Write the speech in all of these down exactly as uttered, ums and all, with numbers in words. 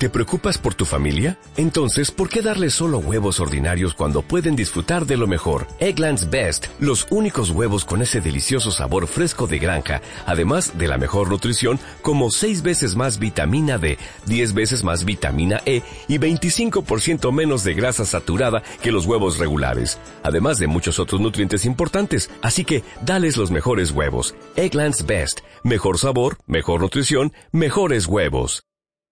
¿Te preocupas por tu familia? Entonces, ¿por qué darles solo huevos ordinarios cuando pueden disfrutar de lo mejor? Eggland's Best, los únicos huevos con ese delicioso sabor fresco de granja, además de la mejor nutrición, como seis veces más vitamina D, diez veces más vitamina E y veinticinco por ciento menos de grasa saturada que los huevos regulares, además de muchos otros nutrientes importantes. Así que, dales los mejores huevos. Eggland's Best, mejor sabor, mejor nutrición, mejores huevos.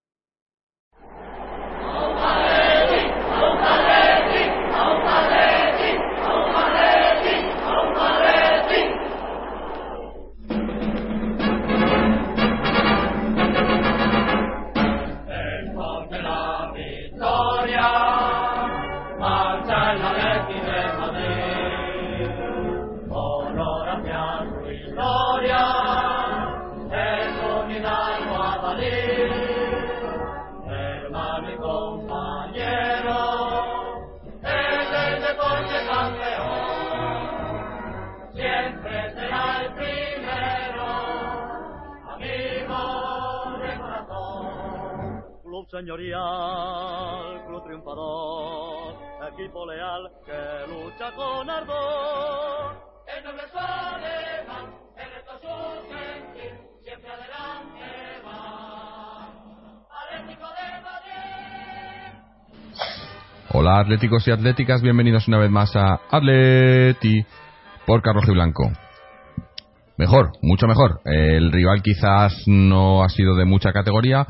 Señorial, club triunfador, equipo leal que lucha con ardor. El noble alemán, el resto su sentir, siempre adelante va. Atlético de Madrid. Hola atléticos y atléticas, bienvenidos una vez más a Atleti por Rojo y Blanco. Mejor, mucho mejor. El rival quizás no ha sido de mucha categoría,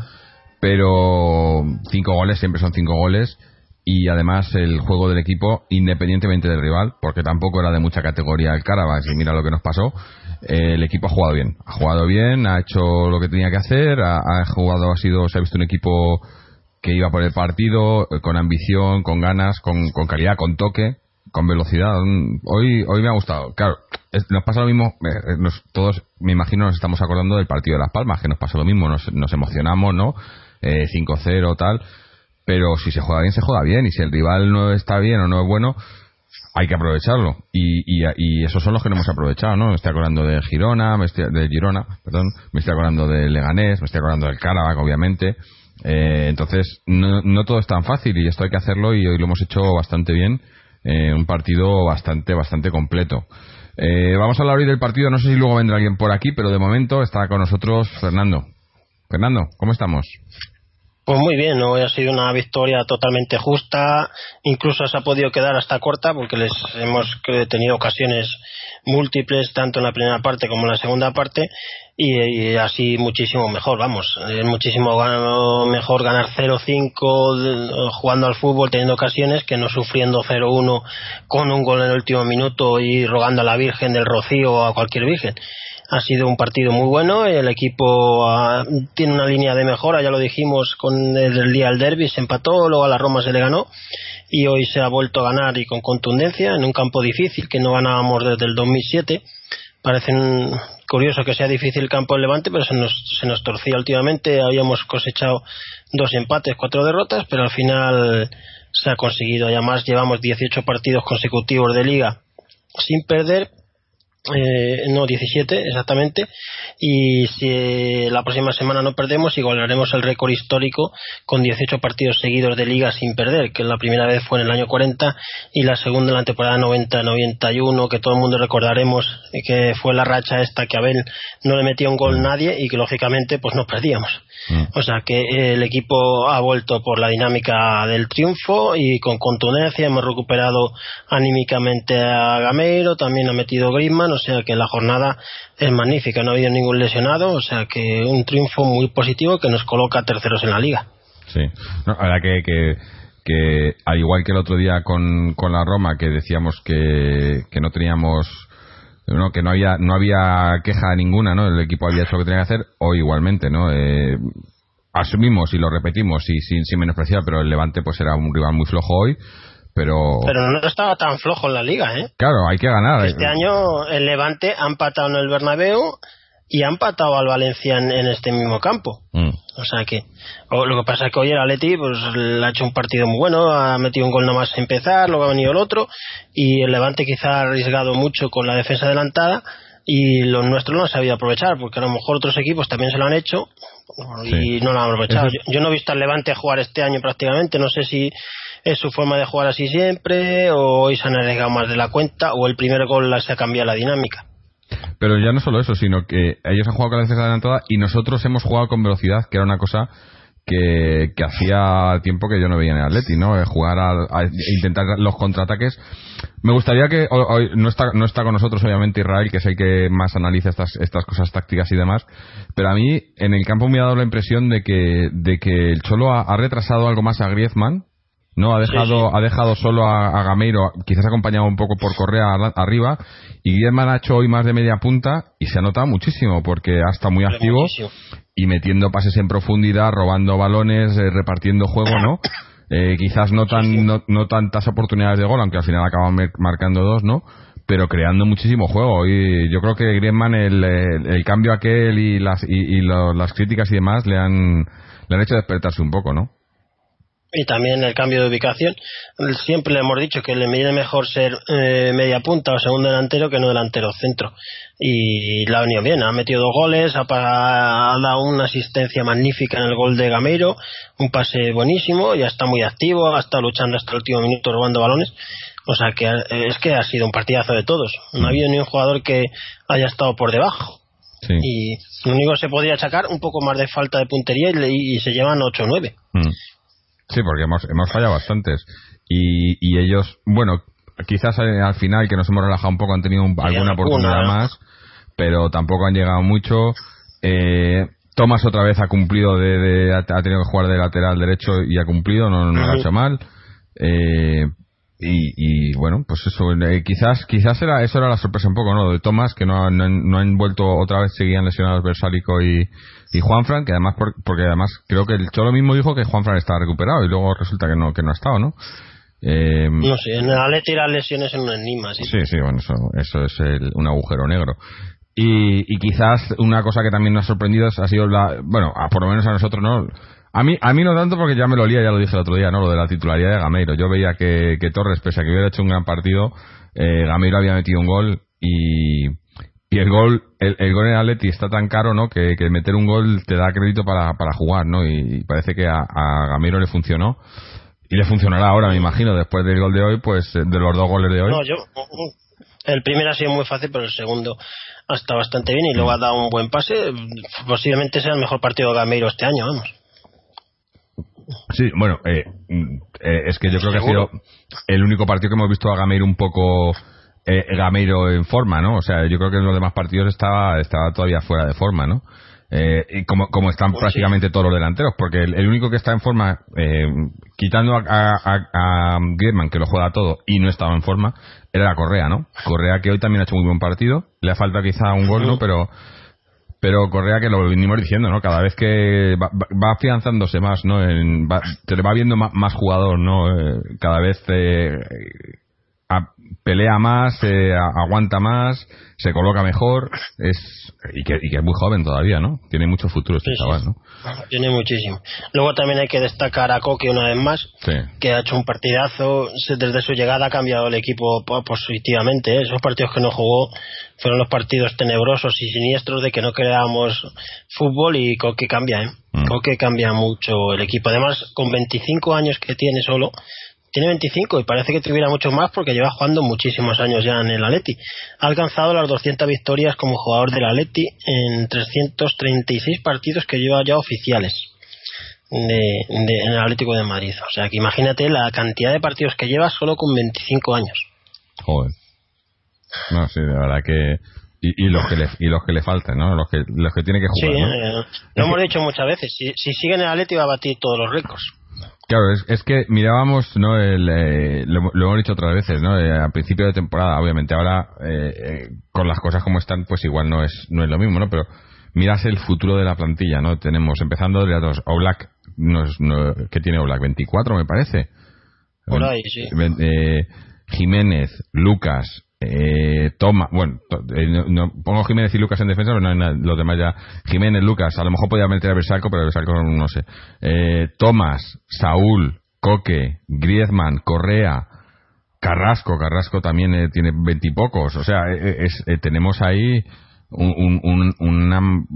pero cinco goles siempre son cinco goles, y además el juego del equipo, independientemente del rival, porque tampoco era de mucha categoría el Karabakh, y mira lo que nos pasó, eh, el equipo ha jugado bien, ha jugado bien, ha hecho lo que tenía que hacer, ha, ha jugado, ha sido, se ha visto un equipo que iba por el partido, con ambición, con ganas, con, con calidad, con toque, con velocidad. Hoy, hoy me ha gustado. Claro, es, nos pasa lo mismo, eh, nos, todos, me imagino, nos estamos acordando del partido de Las Palmas, que nos pasó lo mismo, nos, nos emocionamos, ¿no? Eh, cinco cero tal, pero si se juega bien, se juega bien, y si el rival no está bien o no es bueno, hay que aprovecharlo, y, y, y esos son los que no hemos aprovechado, ¿no? Me estoy acordando de Girona, me estoy, de Girona, perdón, me estoy acordando de Leganés, me estoy acordando del Karabakh, obviamente. Eh, entonces no, no todo es tan fácil, y esto hay que hacerlo, y hoy lo hemos hecho bastante bien, eh, un partido bastante, bastante completo. Eh, vamos a hablar hoy del partido, no sé si luego vendrá alguien por aquí, pero de momento está con nosotros Fernando. Fernando, ¿cómo estamos? Pues muy bien, hoy ha sido una victoria totalmente justa, incluso se ha podido quedar hasta corta porque les hemos tenido ocasiones múltiples tanto en la primera parte como en la segunda parte, y, y así muchísimo mejor, vamos, es muchísimo mejor ganar cero cinco jugando al fútbol, teniendo ocasiones, que no sufriendo cero uno con un gol en el último minuto y rogando a la Virgen del Rocío o a cualquier virgen. Ha sido un partido muy bueno, el equipo uh, tiene una línea de mejora, ya lo dijimos con el, el día del derbi, se empató, luego a la Roma se le ganó, y hoy se ha vuelto a ganar, y con contundencia, en un campo difícil que no ganábamos desde el dos mil siete. Parece un, curioso que sea difícil el campo del Levante, pero se nos, se nos torcía últimamente, habíamos cosechado dos empates, cuatro derrotas, pero al final se ha conseguido, además llevamos dieciocho partidos consecutivos de liga sin perder. Eh, no, diecisiete exactamente, y si la próxima semana no perdemos, igualaremos el récord histórico con dieciocho partidos seguidos de liga sin perder, que la primera vez fue en el año cuarenta y la segunda en la temporada noventa noventa y uno, que todo el mundo recordaremos, que fue la racha esta que Abel no le metía un gol nadie y que lógicamente pues no perdíamos. Mm. O sea que el equipo ha vuelto por la dinámica del triunfo y con contundencia. Hemos recuperado anímicamente a Gameiro, también ha metido Griezmann, o sea que la jornada es magnífica, no ha habido ningún lesionado, o sea que un triunfo muy positivo que nos coloca terceros en la liga. Sí, no, la verdad que, que, que al igual que el otro día con, con la Roma, que decíamos que, que no teníamos, no, que no había no había queja ninguna, ¿no? El equipo había hecho lo que tenía que hacer, hoy igualmente, ¿no? Eh, asumimos y lo repetimos y sin, sin menospreciar, pero el Levante pues era un rival muy flojo hoy. Pero... pero no estaba tan flojo en la liga, ¿eh? Claro, hay que ganar. Este año el Levante ha empatado en el Bernabéu y ha empatado al Valencia en, en este mismo campo. Mm. O sea que o, lo que pasa es que hoy el Atleti pues, le ha hecho un partido muy bueno, ha metido un gol nada más a empezar, luego ha venido el otro, y el Levante quizá ha arriesgado mucho con la defensa adelantada y los nuestros no han sabido aprovechar, porque a lo mejor otros equipos también se lo han hecho, y sí. no lo han aprovechado. Yo, yo no he visto al Levante jugar este año prácticamente, no sé si es su forma de jugar así siempre, o hoy se han arriesgado más de la cuenta, o el primer gol se ha cambiado la dinámica. Pero ya no solo eso, sino que ellos han jugado con la defensa adelantada y nosotros hemos jugado con velocidad, que era una cosa que, que hacía tiempo que yo no veía en el Atleti, ¿no? Jugar a, a intentar los contraataques. Me gustaría que hoy no está no está con nosotros obviamente Israel, que es el que más analiza estas estas cosas tácticas y demás, pero a mí en el campo me ha dado la impresión de que de que el Cholo ha, ha retrasado algo más a Griezmann, no ha dejado sí, sí. ha dejado solo a, a Gameiro, quizás acompañado un poco por Correa a, arriba, y Griezmann ha hecho hoy más de media punta y se ha notado muchísimo porque ha estado muy activo muchísimo. Y metiendo pases en profundidad, robando balones, eh, repartiendo juego, ¿no? Eh, quizás no tan sí, sí. No, no tantas oportunidades de gol, aunque al final acaban marcando dos, ¿no? Pero creando muchísimo juego. Y yo creo que Griezmann el, el, el cambio aquel y las y, y lo, las críticas y demás le han le han hecho despertarse un poco, ¿no? Y también el cambio de ubicación. Siempre le hemos dicho que le viene mejor ser eh, media punta o segundo delantero que no delantero centro. Y la ha venido bien. Ha metido dos goles, ha, ha dado una asistencia magnífica en el gol de Gameiro, un pase buenísimo, ya está muy activo, ha estado luchando hasta el último minuto robando balones. O sea que es que ha sido un partidazo de todos. No ha habido ni un jugador que haya estado por debajo. Sí. Y lo único que se podría achacar un poco más de falta de puntería y, y se llevan ocho o nueve. Mm. Sí, porque hemos hemos fallado bastantes y, y ellos, bueno, quizás al final que nos hemos relajado un poco han tenido un, alguna oportunidad una, más, pero tampoco han llegado mucho. eh, Thomas otra vez ha cumplido de, de ha tenido que jugar de lateral derecho y ha cumplido, no, no lo ha hecho mal. eh, y, y bueno, pues eso, eh, quizás quizás era eso era la sorpresa un poco, ¿no? De Thomas, que no, no, no han vuelto, otra vez seguían lesionados Versálico y y Juanfran, que además por, porque además creo que el Cholo mismo dijo que Juanfran estaba recuperado y luego resulta que no que no ha estado, ¿no? Eh, no sé, en el Atleti las lesiones en un enigma, sí. Sí, sí, bueno, eso eso es el, un agujero negro. Y, y quizás una cosa que también nos ha sorprendido ha sido la, bueno, a, por lo menos a nosotros, ¿no? A mí a mí no tanto porque ya me lo olía, ya lo dije el otro día, ¿no? Lo de la titularidad de Gameiro. Yo veía que, que Torres, pese a que hubiera hecho un gran partido, eh, Gameiro había metido un gol y y el gol el, el gol en Atleti está tan caro, ¿no? Que, que meter un gol te da crédito para, para jugar, ¿no? Y, y parece que a, a Gameiro le funcionó y le funcionará ahora, me imagino, después del gol de hoy, pues de los dos goles de hoy. No, yo el primero ha sido muy fácil, pero el segundo ha estado bastante bien y luego ha dado un buen pase. Posiblemente sea el mejor partido de Gameiro este año, vamos. Sí, bueno, eh, eh, es que yo creo que ha sido el único partido que hemos visto a Gameiro un poco eh, Gameiro en forma, ¿no? O sea, yo creo que en los demás partidos estaba estaba todavía fuera de forma, ¿no? Eh, y como como están pues prácticamente sí. todos los delanteros, porque el, el único que está en forma, eh, quitando a, a, a Griezmann, que lo juega todo y no estaba en forma, era la Correa, ¿no? Correa, que hoy también ha hecho muy buen partido, le ha faltado quizá un gol, ¿no? Pero pero Correa, que lo venimos diciendo, ¿no? Cada vez que va, va afianzándose más, ¿no? En, va, te le va viendo más, más jugador, ¿no? Eh, cada vez eh, a, pelea más, eh, a, aguanta más, se coloca mejor, es y que, y que es muy joven todavía, ¿no? Tiene mucho futuro este sí, chaval, ¿no? Tiene muchísimo. Luego también hay que destacar a Coque una vez más, sí. que ha hecho un partidazo, desde su llegada ha cambiado el equipo positivamente, ¿eh? Esos partidos que no jugó fueron los partidos tenebrosos y siniestros de que no creábamos fútbol, y Coque cambia, ¿eh? Mm. Coque cambia mucho el equipo. Además, con veinticinco años que tiene solo, tiene veinticinco y parece que tuviera muchos más porque lleva jugando muchísimos años ya en el Atleti. Ha alcanzado las doscientas victorias como jugador del Atleti en trescientos treinta y seis partidos que lleva ya oficiales de, de, en el Atlético de Madrid. O sea que imagínate la cantidad de partidos que lleva solo con veinticinco años. Joder. No, sí, de verdad que... Y, y los que le y los que le faltan, ¿no? Los que los que tiene que jugar, sí, ¿no? eh, lo hemos dicho muchas veces. Si, si sigue en el Atleti va a batir todos los récords. Claro, es, es que mirábamos, ¿no? El, eh, lo, lo hemos dicho otras veces, ¿no? Eh, a principio de temporada, obviamente, ahora eh, eh, con las cosas como están, pues igual no es no es lo mismo, ¿no? Pero miras el futuro de la plantilla, ¿no? Tenemos, empezando de los Oblak, no, no, ¿qué tiene Oblak? veinticuatro, me parece. Por ahí, sí. Eh, Jiménez, Lucas, eh, Toma, bueno, to, eh, no, no, pongo Jiménez y Lucas en defensa, pero no hay nada, los demás ya. Jiménez, Lucas, a lo mejor podía meter a Bersalco, pero Bersalco no, no sé. Eh, Tomás, Saúl, Coque, Griezmann, Correa, Carrasco, Carrasco también eh, tiene veintipocos, o sea, eh, es, eh, tenemos ahí un, un, un, una,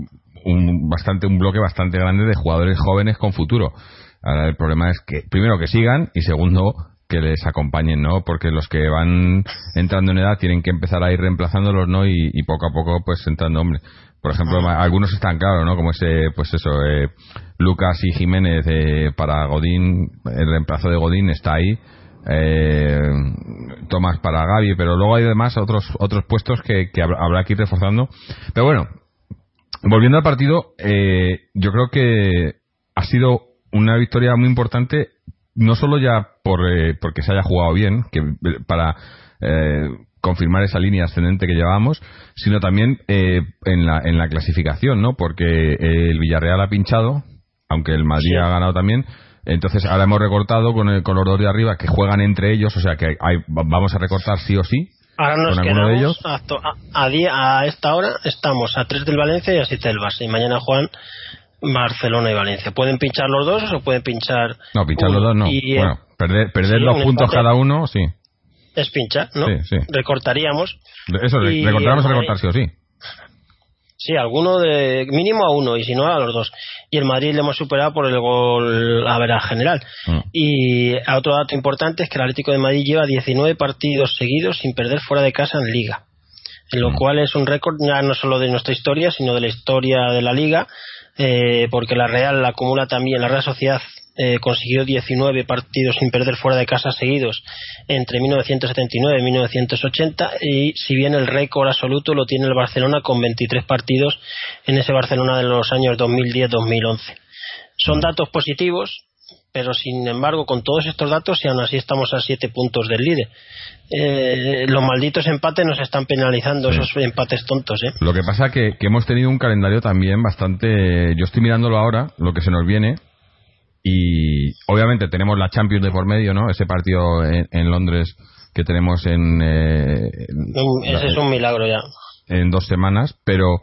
un bastante un bloque bastante grande de jugadores jóvenes con futuro. Ahora el problema es que, primero, que sigan y segundo, que les acompañen, ¿no? Porque los que van entrando en edad tienen que empezar a ir reemplazándolos, ¿no? Y, y poco a poco, pues, entrando, hombre. Por ejemplo, algunos están claros, ¿no? Como ese, pues eso, eh, Lucas y Jiménez eh, para Godín, el reemplazo de Godín está ahí. Eh, Tomás para Gavi, pero luego hay además otros otros puestos que, que habrá que ir reforzando. Pero bueno, volviendo al partido, eh, yo creo que ha sido una victoria muy importante, no solo ya por eh, porque se haya jugado bien, que para eh, confirmar esa línea ascendente que llevábamos, sino también eh, en la en la clasificación, ¿no? Porque el Villarreal ha pinchado, aunque el Madrid sí ha ganado también. Entonces ahora hemos recortado con, el, con los dos de arriba que juegan entre ellos, o sea que hay, vamos a recortar sí o sí. Ahora nos con quedamos de ellos. A, a, a, a esta hora estamos a tres del Valencia y a siete del Barça, y mañana juegan Barcelona y Valencia. ¿Pueden pinchar los dos o pueden pinchar No, pinchar uno? los dos no. Y, bueno, perder, perder sí, dos puntos cada uno, sí. Es pinchar, ¿no? Sí, sí. Recortaríamos. Eso, y recortaríamos a recortar sí o sí. Sí, alguno de mínimo a uno y si no a los dos. Y el Madrid le hemos superado por el gol a ver al general. Mm. Y otro dato importante es que el Atlético de Madrid lleva diecinueve partidos seguidos sin perder fuera de casa en Liga, en lo mm. cual es un récord ya no solo de nuestra historia sino de la historia de la Liga, eh, porque la Real la acumula también, la Real Sociedad Eh, consiguió diecinueve partidos sin perder fuera de casa seguidos entre mil novecientos setenta y nueve y mil novecientos ochenta, y si bien el récord absoluto lo tiene el Barcelona con veintitrés partidos en ese Barcelona de los años dos mil diez dos mil once. Son datos positivos, pero sin embargo con todos estos datos y aún así estamos a siete puntos del líder. Eh, los malditos empates nos están penalizando, sí. Esos empates tontos, ¿eh? Lo que pasa que, que hemos tenido un calendario también bastante, yo estoy mirándolo ahora, lo que se nos viene. Y obviamente tenemos la Champions de por medio, ¿no? Ese partido en, en Londres que tenemos en... Eh, en ese la, es un milagro ya. En dos semanas, pero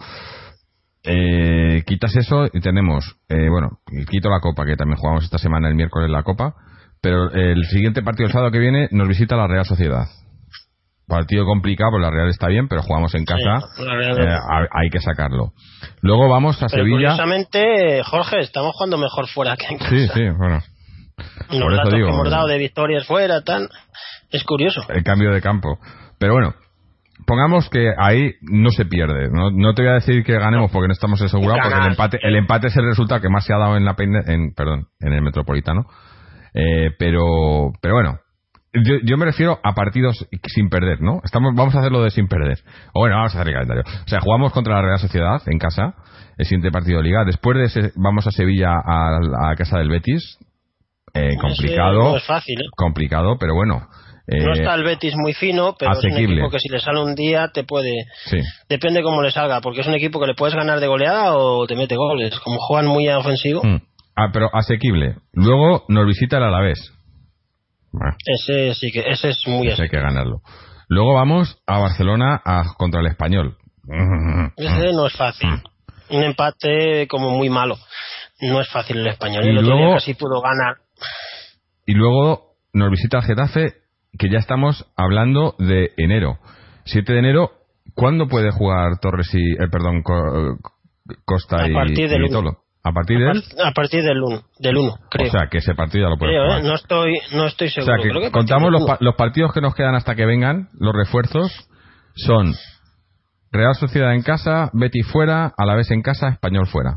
eh, quitas eso y tenemos... Eh, bueno, quito la Copa, que también jugamos esta semana el miércoles la Copa, pero el siguiente partido el sábado que viene nos visita la Real Sociedad. Partido complicado, pues la Real está bien, pero jugamos en casa, sí, eh, hay que sacarlo. Luego vamos a pero Sevilla. Curiosamente, Jorge, estamos jugando mejor fuera que en casa. Sí, sí, bueno. Los Por datos eso digo, que hemos dado de victorias fuera, tan es curioso. El cambio de campo. Pero bueno, pongamos que ahí no se pierde. No, no te voy a decir que ganemos porque no estamos asegurados, porque el empate, el empate es el resultado que más se ha dado en la en, perdón, en el Metropolitano. Eh, pero, pero bueno. Yo, yo me refiero a partidos sin perder, ¿no? Estamos, vamos a hacerlo de sin perder. O bueno, vamos a hacer el calendario. O sea, jugamos contra la Real Sociedad en casa, el siguiente partido de Liga. Después de ese, vamos a Sevilla a, a casa del Betis. Eh, complicado. No es fácil, ¿eh? Complicado, pero bueno. Eh, no está el Betis muy fino, pero asequible. Es un equipo que si le sale un día te puede... Sí. Depende cómo le salga, porque es un equipo que le puedes ganar de goleada o te mete goles. Como juegan muy ofensivo. Mm. Ah, pero asequible. Luego nos visita el Alavés. Bueno, ese sí que ese es muy ese hay que ganarlo. Luego vamos a Barcelona a, contra el Español. Ese no es fácil. Un empate como muy malo. No es fácil el Español. Y el otro luego, día casi pudo ganar. Y luego nos visita el Getafe, que ya estamos hablando de enero. siete de enero. ¿Cuándo puede jugar Torres y eh, perdón Co, Costa a y, partir del y Tolo? ¿A partir a, del? a partir del uno, del uno, creo. O sea, que ese partido ya lo puede creo, jugar. ¿eh? No estoy, no estoy seguro. O sea, que, creo que contamos los, pa los partidos que nos quedan hasta que vengan, los refuerzos, son Real Sociedad en casa, Betis fuera, Alavés en casa, Español fuera.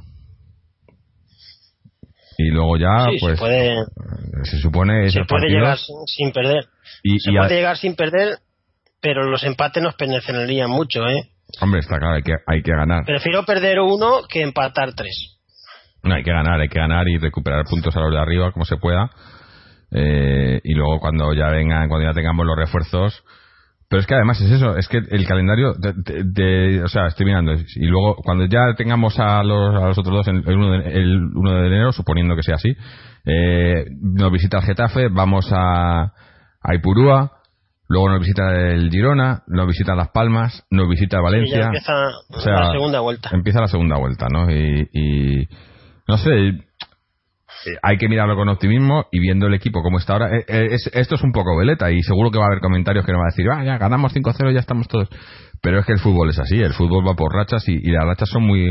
Y luego ya, sí, pues, se, puede, se supone... Se puede partidos, llegar sin perder. Y, se y puede a... llegar sin perder, pero los empates nos penalizarían mucho, ¿eh? Hombre, está claro, hay que, hay que ganar. Prefiero perder uno que empatar tres. No, hay que ganar, hay que ganar y recuperar puntos a los de arriba como se pueda. Eh, y luego cuando ya vengan, cuando ya tengamos los refuerzos. Pero es que además es eso, es que el calendario, de, de, de, o sea, estoy mirando. Y luego cuando ya tengamos a los, a los otros dos el uno de, el uno de enero, suponiendo que sea así, eh, nos visita el Getafe, vamos a, a Ipurúa. Luego nos visita el Girona, nos visita Las Palmas, nos visita Valencia. Sí, ya empieza o sea, la segunda vuelta. Empieza la segunda vuelta, ¿no? Y, y no sé, hay que mirarlo con optimismo y viendo el equipo como está ahora. Es, esto es un poco veleta y seguro que va a haber comentarios que nos van a decir, ah, ya ganamos cinco cero, ya estamos todos. Pero es que el fútbol es así, el fútbol va por rachas y, y las rachas son muy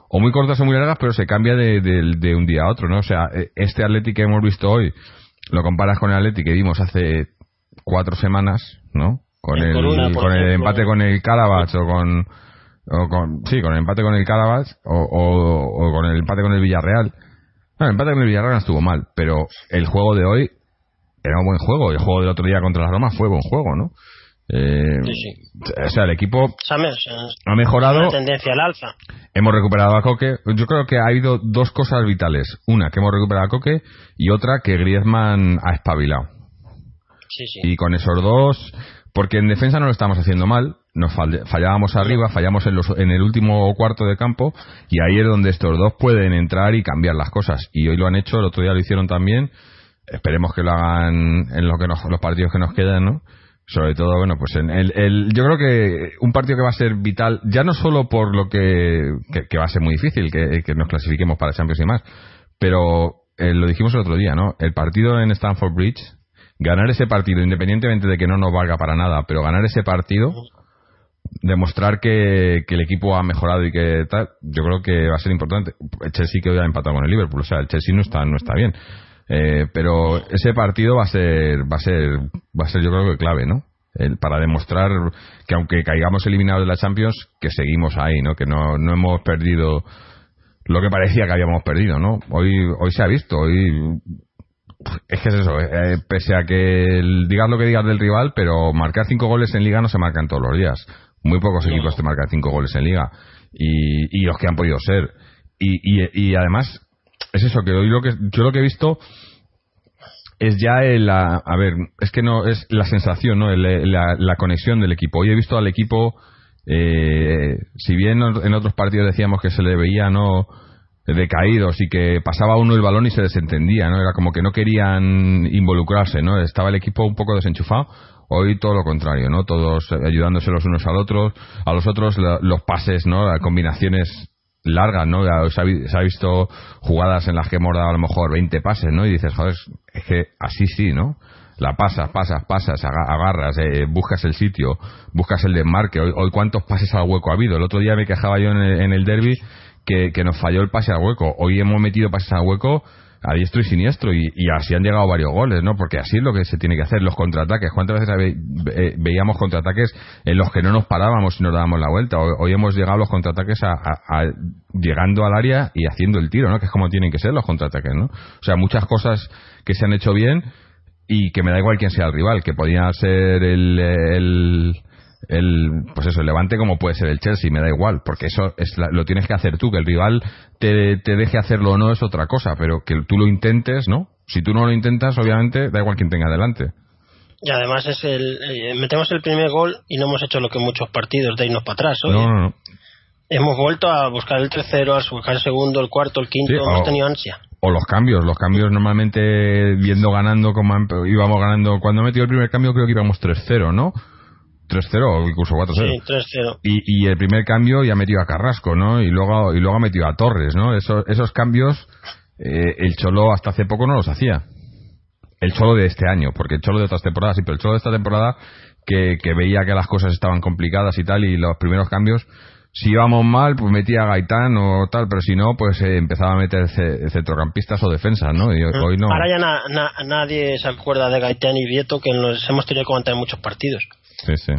o muy cortas o muy largas, pero se cambia de, de, de un día a otro, ¿no? O sea, este Athletic que hemos visto hoy, lo comparas con el Athletic que vimos hace cuatro semanas, ¿no? Con el, Coruna, con el empate con el Calabash o con, o con, sí, con el empate con el Calabash o, o, o con el empate con el Villarreal. No, el empate con el Villarreal no estuvo mal, pero el juego de hoy era un buen juego, y el juego del otro día contra la Roma fue buen juego, ¿no? Eh, sí, sí. O sea, el equipo ha mejorado. Una tendencia al alza. Hemos recuperado a Coque. Yo creo que ha habido dos cosas vitales. Una, que hemos recuperado a Coque, y otra, que Griezmann ha espabilado. Sí, sí. Y con esos dos, porque en defensa no lo estamos haciendo mal, nos fallábamos arriba, fallamos en, los, en el último cuarto de campo, y ahí es donde estos dos pueden entrar y cambiar las cosas. Y hoy lo han hecho, el otro día lo hicieron también. Esperemos que lo hagan en lo que nos, los partidos que nos quedan, ¿no? Sobre todo, bueno, pues en el, el, yo creo que un partido que va a ser vital, ya no solo por lo que, que, que va a ser muy difícil, que, que nos clasifiquemos para Champions y más, pero eh, lo dijimos el otro día, ¿no? El partido en Stamford Bridge, ganar ese partido, independientemente de que no nos valga para nada, pero ganar ese partido, demostrar que, que el equipo ha mejorado y que tal, yo creo que va a ser importante. El Chelsea que hoy ha empatado con el Liverpool, o sea, el Chelsea no está, no está bien. Eh, pero ese partido va a ser va a ser va a ser yo creo que clave, ¿no? El, para demostrar que aunque caigamos eliminados de la Champions, que seguimos ahí, ¿no? Que no no hemos perdido lo que parecía que habíamos perdido, ¿no? Hoy hoy se ha visto, hoy es que es eso, eh, pese a que el, digas lo que digas del rival, pero marcar cinco goles en Liga no se marcan todos los días. Muy pocos equipos te marcan cinco goles en Liga, y, y los que han podido ser, y, y, y además es eso, que hoy lo que yo lo que he visto es ya el, a, a ver, es que no es la sensación, ¿no? El, la, la conexión del equipo. Hoy he visto al equipo, eh, si bien en otros partidos decíamos que se le veía, ¿no?, decaídos y que pasaba uno el balón y se desentendía, ¿no? Era como que no querían involucrarse, ¿no? Estaba el equipo un poco desenchufado. Hoy todo lo contrario, ¿no? Todos ayudándose los unos al otro, a los otros, los pases, ¿no? Las combinaciones largas, ¿no? Se ha, se ha visto jugadas en las que hemos dado a lo mejor veinte pases, ¿no? Y dices, joder, es que así sí, ¿no? La pasas, pasas, pasas, agarras, eh, buscas el sitio, buscas el desmarque. Hoy, hoy cuántos pases al hueco ha habido. El otro día me quejaba yo en el, en el derbi que, que nos falló el pase al hueco. Hoy hemos metido pases al hueco a diestro y siniestro, y, y así han llegado varios goles, ¿no? Porque así es lo que se tiene que hacer, los contraataques. ¿Cuántas veces ve, ve, veíamos contraataques en los que no nos parábamos y nos dábamos la vuelta? Hoy, hoy hemos llegado a los contraataques a, a, a, llegando al área y haciendo el tiro, ¿no? Que es como tienen que ser los contraataques, ¿no? O sea, muchas cosas que se han hecho bien, y que me da igual quién sea el rival, que podía ser el... el el pues eso, el Levante, como puede ser el Chelsea, me da igual, porque eso es la, lo tienes que hacer tú. Que el rival te, te deje hacerlo o no es otra cosa, pero que tú lo intentes, ¿no? Si tú no lo intentas, obviamente da igual quien tenga delante. Y además es el eh, metemos el primer gol y no hemos hecho lo que muchos partidos de irnos para atrás. Oye, no, no, no. Hemos vuelto a buscar el tercero, a buscar el segundo, el cuarto, el quinto, sí, hemos o, tenido ansia. O los cambios, los cambios normalmente viendo ganando, como íbamos ganando, cuando he metido el primer cambio creo que íbamos tres cero, ¿no? tres cero o incluso cuatro cero. Sí, tres cero. Y, y el primer cambio ya ha metido a Carrasco, ¿no? Y luego y luego ha metido a Torres, ¿no? Esos, esos cambios, eh, el Cholo hasta hace poco no los hacía. El Cholo de este año, porque el Cholo de otras temporadas sí, pero el Cholo de esta temporada que, que veía que las cosas estaban complicadas y tal, y los primeros cambios, si íbamos mal, pues metía a Gaitán o tal, pero si no, pues eh, empezaba a meter c- centrocampistas o defensas, ¿no? Y hoy, hoy no. Ahora ya na, na, nadie se acuerda de Gaitán y Vieto, que nos hemos tenido que aguantar en muchos partidos. Sí, sí.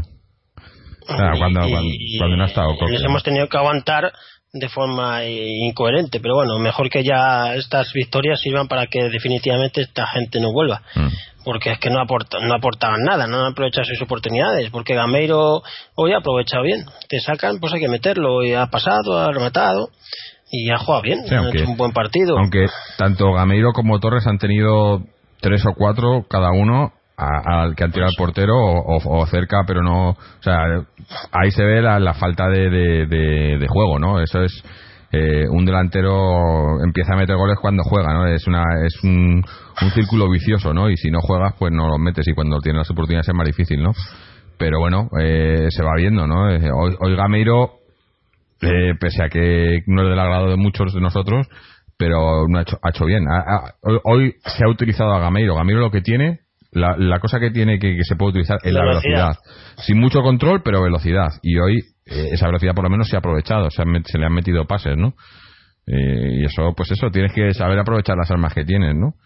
Ah, cuando, y, cuando, cuando no ha estado les hemos tenido que aguantar de forma incoherente, pero bueno, mejor que ya estas victorias sirvan para que definitivamente esta gente no vuelva, mm. porque es que no aporta, no aportaban nada, no han aprovechado sus oportunidades, porque Gameiro hoy ha aprovechado bien, te sacan, pues hay que meterlo, y ha pasado, ha rematado y ha jugado bien, sí, ha hecho un buen partido. Aunque tanto Gameiro como Torres han tenido tres o cuatro cada uno al que han tirado al portero o, o, o cerca, pero no, o sea, ahí se ve la, la falta de, de, de, de juego, ¿no? Eso es, eh, un delantero empieza a meter goles cuando juega, ¿no? Es una es un, un círculo vicioso, ¿no? Y si no juegas, pues no los metes, y cuando tienes las oportunidades es más difícil, ¿no? Pero bueno, eh, se va viendo, ¿no? Eh, hoy, hoy Gameiro, eh, pese a que no es del agrado de muchos de nosotros, pero no ha hecho, ha hecho bien. Ha, ha, hoy se ha utilizado a Gameiro. Gameiro lo que tiene, La, la cosa que tiene que, que se puede utilizar es la Velocidad. velocidad. Sin mucho control, pero velocidad. Y hoy eh, esa velocidad por lo menos se ha aprovechado, se, han met- se le han metido pases, ¿no? Eh, y eso, pues eso, tienes que saber aprovechar las armas que tienes, ¿no?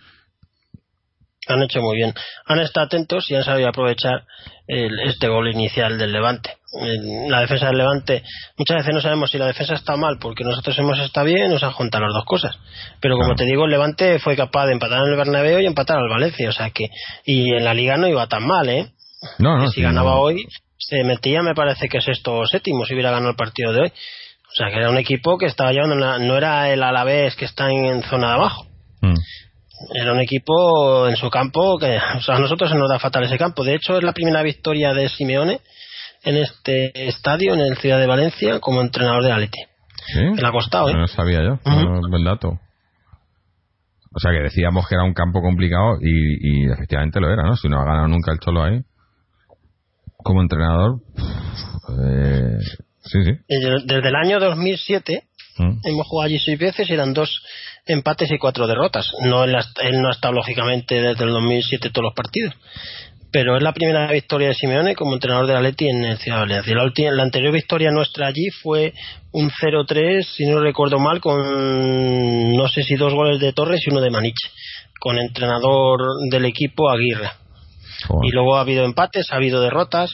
Han hecho muy bien. Han estado atentos y han sabido aprovechar el, este gol inicial del Levante. El- la defensa del Levante, muchas veces no sabemos si la defensa está mal porque nosotros hemos estado bien, nos han juntado las dos cosas. Pero como Claro. te digo, el Levante fue capaz de empatar en el Bernabéu y empatar al Valencia. O sea que, y en la Liga no iba tan mal, ¿eh? No, no, Que si sí, ganaba no. hoy, se metía, me parece que sexto o séptimo si hubiera ganado el partido de hoy. O sea que era un equipo que estaba llevando, una- no era el Alavés que está en, en zona de abajo. Mm. Era un equipo en su campo que, o sea, a nosotros se nos da fatal ese campo. De hecho, es la primera victoria de Simeone en este estadio, en el Ciudad de Valencia, como entrenador de Atleti. ¿Sí? Que le ha costado, ¿eh? No lo sabía yo, Ujú. no, buen dato. O sea que decíamos que era un campo complicado y, y efectivamente lo era, ¿no? Si no ha ganado nunca el Cholo ahí como entrenador, eh, sí, sí. Desde desde el año dos mil siete Mm. hemos jugado allí seis veces y eran dos empates y cuatro derrotas. No él, él no ha estado lógicamente desde el dos mil siete todos los partidos, pero es la primera victoria de Simeone como entrenador del Atleti en el Ciudad de Valencia. La, ulti- la anterior victoria nuestra allí fue un cero tres, si no recuerdo mal, con no sé si dos goles de Torres y uno de Maniche, con entrenador del equipo Aguirre. Joder. Y luego ha habido empates, ha habido derrotas.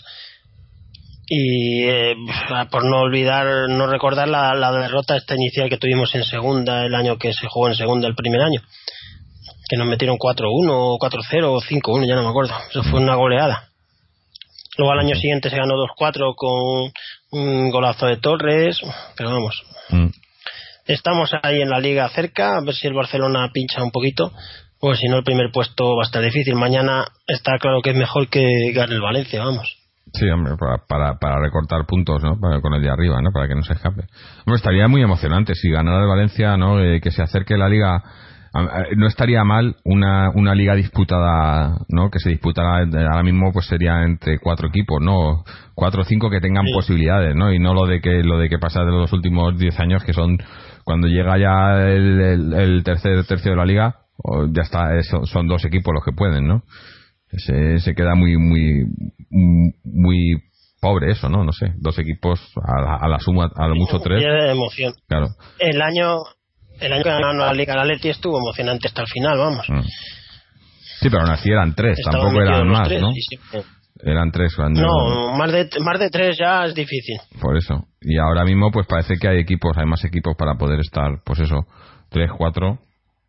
Y eh, por no olvidar, no recordar la, la derrota esta inicial que tuvimos en segunda, el año que se jugó en segunda, el primer año, que nos metieron cuatro uno, o cuatro cero o cinco uno, ya no me acuerdo. Eso fue una goleada. Luego al año siguiente se ganó dos cuatro con un golazo de Torres, pero vamos, Mm. estamos ahí en la liga cerca, a ver si el Barcelona pincha un poquito, pues si no el primer puesto va a estar difícil. Mañana está claro que es mejor que gane el Valencia, vamos. Sí, hombre, para, para, para recortar puntos, ¿no? Para, con el de arriba, ¿no? Para que no se escape. Hombre, estaría muy emocionante si ganara el Valencia, ¿no? Eh, que se acerque la liga. No estaría mal una, una liga disputada, ¿no? Que se disputara ahora mismo, pues sería entre cuatro equipos, ¿no? Cuatro o cinco que tengan Sí. posibilidades, ¿no? Y no lo de que lo de que pasa de los últimos diez años, que son cuando llega ya el, el, el tercer tercio de la liga, o ya está, eso, son dos equipos los que pueden, ¿no? Se, se queda muy muy muy pobre eso, ¿no? No sé, dos equipos a la, a la suma, a lo mucho tres. Pierde emoción. Claro. El año el año que ganaron la Liga el Atleti estuvo emocionante hasta el final, vamos. Mm. Sí, pero aún así eran tres, Estaban tampoco metidos eran los más, tres, ¿no? sí, sí. Eran tres cuando... No, más de más de tres ya es difícil. Por eso. Y ahora mismo pues parece que hay equipos, hay más equipos para poder estar, pues eso, tres, cuatro.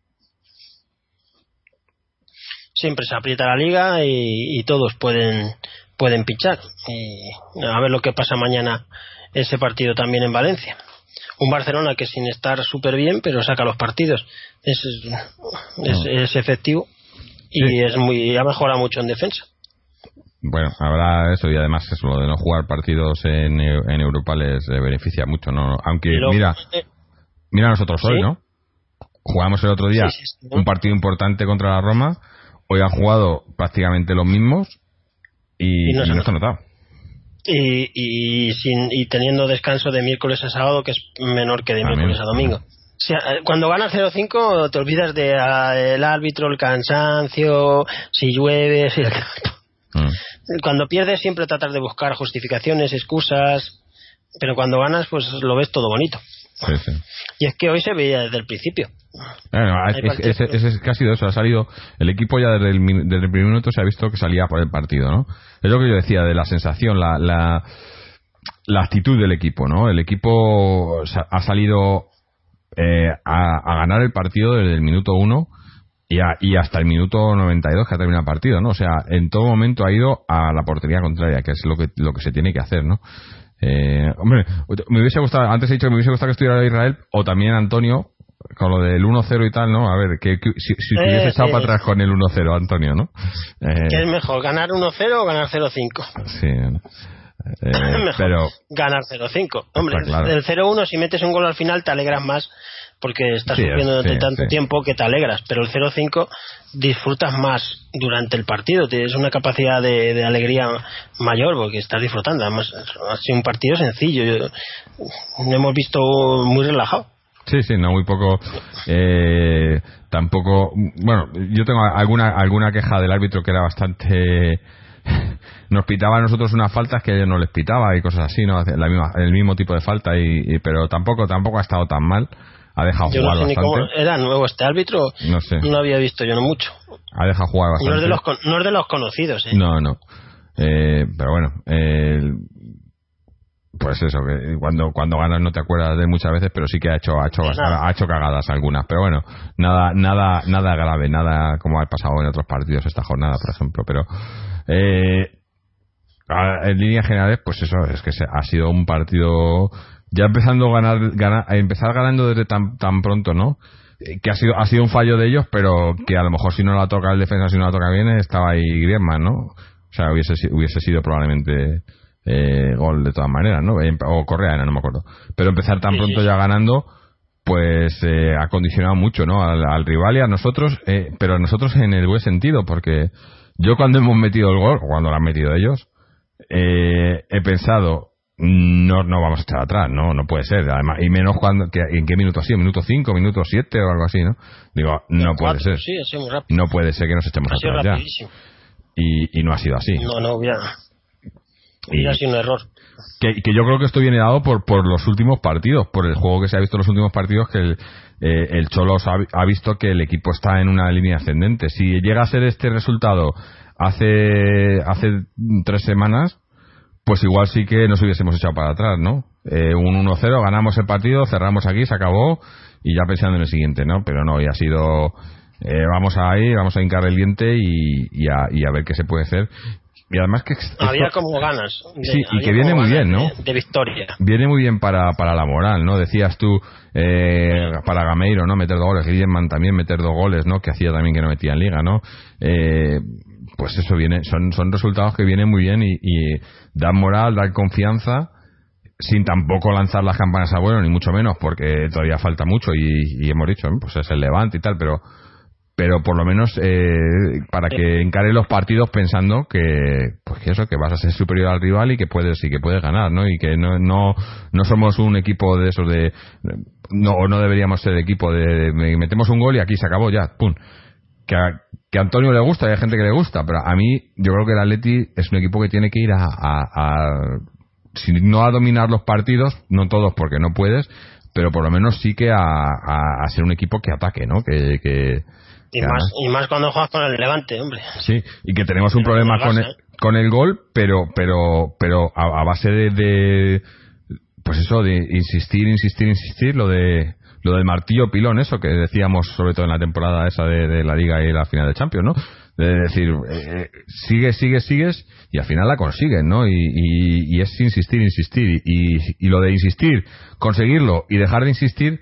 Siempre se aprieta la liga y, y todos pueden pueden pinchar. Y a ver lo que pasa mañana ese partido también en Valencia. Un Barcelona que sin estar súper bien, pero saca los partidos. Es, es, es efectivo y Sí. es muy ha mejorado mucho en defensa. Bueno, habrá eso, y además eso, lo de no jugar partidos en, en Europa les eh, beneficia mucho, ¿no? Aunque, Pero, mira, eh, mira nosotros hoy, ¿sí? ¿no? Jugamos el otro día Sí, sí, sí. un partido importante contra la Roma, hoy han jugado prácticamente los mismos y, Y no y se no se ha notado. y, y, sin, y teniendo descanso de miércoles a sábado, que es menor que de También. miércoles a domingo. O sea, cuando ganas cero cinco te olvidas de ah, el árbitro, el cansancio, si llueve, si el campo. Mm. Cuando pierdes siempre tratas de buscar justificaciones, excusas, pero cuando ganas pues lo ves todo bonito. Sí, sí. Y es que hoy se veía desde el principio. Bueno, Hay es, partidos es, es, es que ha sido eso, ha salido el equipo ya desde el, min- desde el primer minuto se ha visto que salía por el partido, ¿no? Es lo que yo decía de la sensación, la, la, la actitud del equipo, ¿no? El equipo sa- ha salido eh, a, a ganar el partido desde el minuto uno y, a, y hasta el minuto noventa y dos que ha terminado el partido, ¿no? O sea, en todo momento ha ido a la portería contraria, que es lo que lo que se tiene que hacer, ¿no? Eh, hombre, me hubiese gustado, antes he dicho que me hubiese gustado que estuviera Israel o también Antonio con lo del uno cero y tal, ¿no? A ver, que, que si, si te Eh, hubiese echado eh. para atrás con el uno cero, Antonio, ¿no? Eh, ¿Qué es mejor, ganar uno cero o ganar cero cinco? sí. Eh, Mejor pero ganar cero cinco. Hombre, Está claro. del cero uno si metes un gol al final te alegras más porque estás Sí, sufriendo durante sí, tanto sí. tiempo que te alegras, pero el cero cinco disfrutas más durante el partido, tienes una capacidad de, de alegría mayor porque estás disfrutando. Además ha sido un partido sencillo. Yo- lo hemos visto muy relajado. Sí, sí, no muy poco. Eh, tampoco. Bueno, yo tengo alguna alguna queja del árbitro que era bastante. Nos pitaba a nosotros unas faltas que ellos no les pitaba y cosas así, ¿no? La misma, el mismo tipo de falta, y, y pero tampoco tampoco ha estado tan mal. Ha dejado yo jugar no sé bastante. Ni cómo era nuevo este árbitro. No sé. No lo había visto yo no mucho. Ha dejado jugar bastante. No es de los, no es de los conocidos, ¿eh? No, no. Eh, pero bueno. Eh, pues eso, que cuando cuando ganas no te acuerdas de muchas veces, pero sí que ha hecho ha hecho ha hecho cagadas algunas, pero bueno, nada nada nada grave, nada como ha pasado en otros partidos esta jornada, por ejemplo, pero eh, en líneas generales, pues eso, es que ha sido un partido ya empezando a ganar, ganar a empezar ganando desde tan tan pronto, ¿no? Que ha sido ha sido un fallo de ellos, pero que a lo mejor si no la toca el defensa, si no la toca bien, estaba ahí Griezmann, ¿no? O sea, hubiese hubiese sido probablemente Eh, gol de todas maneras, ¿no? O Correa, no me acuerdo. Pero empezar tan pronto ya ganando, pues eh, ha condicionado mucho, ¿no? Al, al rival y a nosotros, eh, pero a nosotros en el buen sentido, porque yo cuando hemos metido el gol, o cuando lo han metido ellos, eh, he pensado, no no vamos a echar atrás, no no puede ser, además, y menos cuando, que, ¿en qué minuto ha sido? ¿Minuto cinco, minuto siete o algo así, no? Digo, no puede ser. Sí, ha sido muy rápido. No puede ser que nos echemos atrás ya. Y, y no ha sido así. No, no, hubiera... Hubiera sido un error. Que, que yo creo que esto viene dado por por los últimos partidos, por el juego que se ha visto en los últimos partidos, que el, eh, el Cholos ha, ha visto que el equipo está en una línea ascendente. Si llega a ser este resultado hace hace tres semanas, pues igual sí que nos hubiésemos echado para atrás, ¿no? Eh, un uno cero, ganamos el partido, cerramos aquí, se acabó, y ya pensando en el siguiente, ¿no? Pero no, y ha sido... Eh, vamos a ir, vamos a hincar el diente y, y, a, y a ver qué se puede hacer. Y además que esto, había como ganas de, sí, y que viene muy bien, ¿no? De, de victoria. Viene muy bien para, para la moral, ¿no? Decías tú, eh, para Gameiro, ¿no? Meter dos goles, Griezmann también meter dos goles, ¿no? Que hacía también que no metía en liga, ¿no? Eh, pues eso viene, son, son resultados que vienen muy bien y, y dan moral, dan confianza, sin tampoco lanzar las campanas a vuelo, ni mucho menos, porque todavía falta mucho y, y hemos dicho, pues es el Levante y tal, pero pero por lo menos eh, para que encare los partidos pensando que pues que eso, que vas a ser superior al rival y que puedes y que puedes ganar, ¿no? Y que no no no somos un equipo de esos de no o no deberíamos ser equipo de, de metemos un gol y aquí se acabó ya, pum. Que a, que a Antonio le gusta y hay gente que le gusta, pero a mí yo creo que el Atleti es un equipo que tiene que ir a, a, a si no a dominar los partidos, no todos porque no puedes, pero por lo menos sí que a, a, a ser un equipo que ataque, ¿no? Que que Y más, y más cuando juegas con el Levante, hombre. Sí, y que tenemos un pero problema con el, con el gol, pero pero pero a, a base de, de pues eso, de insistir, insistir, insistir, lo de lo del martillo pilón, eso que decíamos sobre todo en la temporada esa de, de la Liga y la final de Champions, ¿no? De decir, eh, sigues, sigues, sigues, y al final la consiguen, ¿no? Y, y, y es insistir, insistir, y, y, y lo de insistir, conseguirlo y dejar de insistir,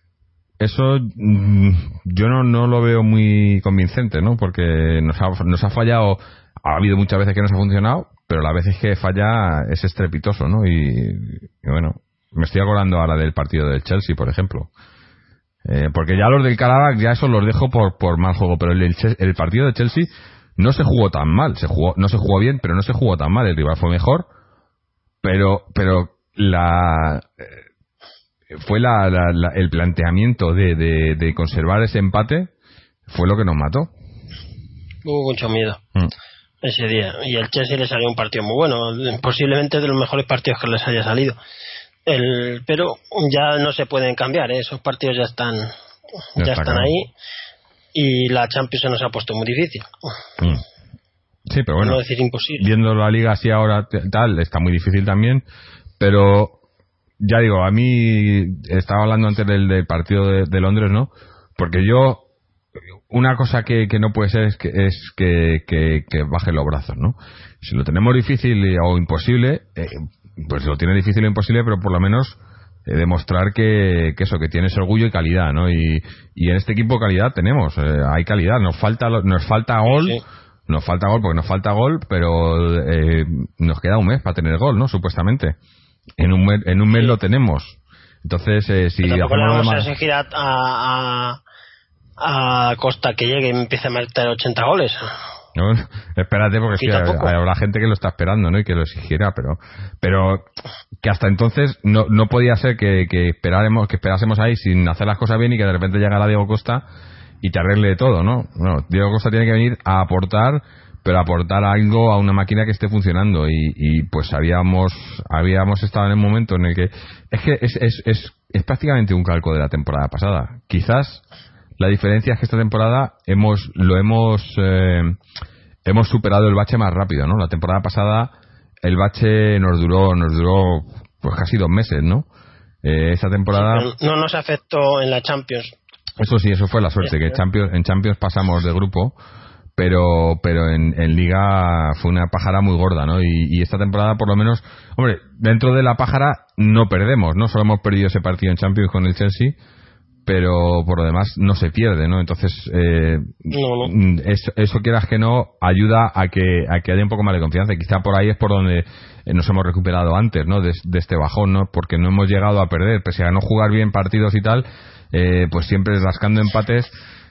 eso mmm, yo no, no lo veo muy convincente, ¿no? Porque nos ha, nos ha fallado, ha habido muchas veces que nos ha funcionado, pero las veces que falla es estrepitoso, ¿no? Y, y bueno, me estoy acordando ahora del partido del Chelsea, por ejemplo. Eh, porque ya los del Karabakh, ya eso los dejo por, por mal juego, pero el, el, el partido de Chelsea no se jugó tan mal, se jugó, no se jugó bien, pero no se jugó tan mal, el rival fue mejor, pero, pero la... Eh, fue la, la, la, el planteamiento de, de, de conservar ese empate fue lo que nos mató. Hubo mucho miedo mm. ese día, y el Chelsea le salió un partido muy bueno, posiblemente de los mejores partidos que les haya salido. El, pero ya no se pueden cambiar, ¿eh? Esos partidos ya están ya, ya está están claro. ahí, y la Champions se nos ha puesto muy difícil. Mm. Sí, pero bueno, no decir imposible. Viendo la Liga así ahora tal, está muy difícil también, pero ya digo, a mí estaba hablando antes del, del partido de, de Londres, ¿no? Porque yo, una cosa que, que no puede ser es que es que, que, que baje los brazos, ¿no? Si lo tenemos difícil o imposible, eh, pues lo tiene difícil o imposible, pero por lo menos eh, demostrar que, que eso, que tienes orgullo y calidad, ¿no? Y, y en este equipo calidad tenemos, eh, hay calidad, nos falta nos falta gol, sí. nos falta gol porque nos falta gol, pero eh, nos queda un mes para tener gol, ¿no? Supuestamente. En un mes, en un mes sí. lo tenemos. Entonces, eh, si pero tampoco le vamos más... a exigir a, a, a Costa que llegue y empiece a meter ochenta goles. No, espérate, porque es que habrá gente que lo está esperando, ¿no? Y que lo exigiera, pero pero que hasta entonces no no podía ser que, que esperáramos, que esperásemos ahí sin hacer las cosas bien y que de repente llegara Diego Costa y te arregle todo, ¿no? Bueno, Diego Costa tiene que venir a aportar, pero aportar algo a una máquina que esté funcionando y, y pues habíamos habíamos estado en el momento en el que es que es es es, es prácticamente un calco de la temporada pasada. Quizás la diferencia es que esta temporada hemos lo hemos eh, hemos superado el bache más rápido, ¿no? La temporada pasada el bache nos duró nos duró pues casi dos meses, ¿no? Eh, esta temporada sí, no nos afectó en la Champions. Eso sí, eso fue la suerte, que Champions, en Champions pasamos de grupo, pero pero en, en Liga fue una pájara muy gorda, ¿no? Y, y esta temporada por lo menos, hombre, dentro de la pájara no perdemos, ¿no? Solo hemos perdido ese partido en Champions con el Chelsea, pero por lo demás no se pierde, ¿no? Entonces eh, no, no. Eso, eso quieras que no ayuda a que a que haya un poco más de confianza y quizá por ahí es por donde nos hemos recuperado antes, ¿no? De, de este bajón, ¿no? Porque no hemos llegado a perder, pese a no jugar bien partidos y tal, eh, pues siempre rascando empates.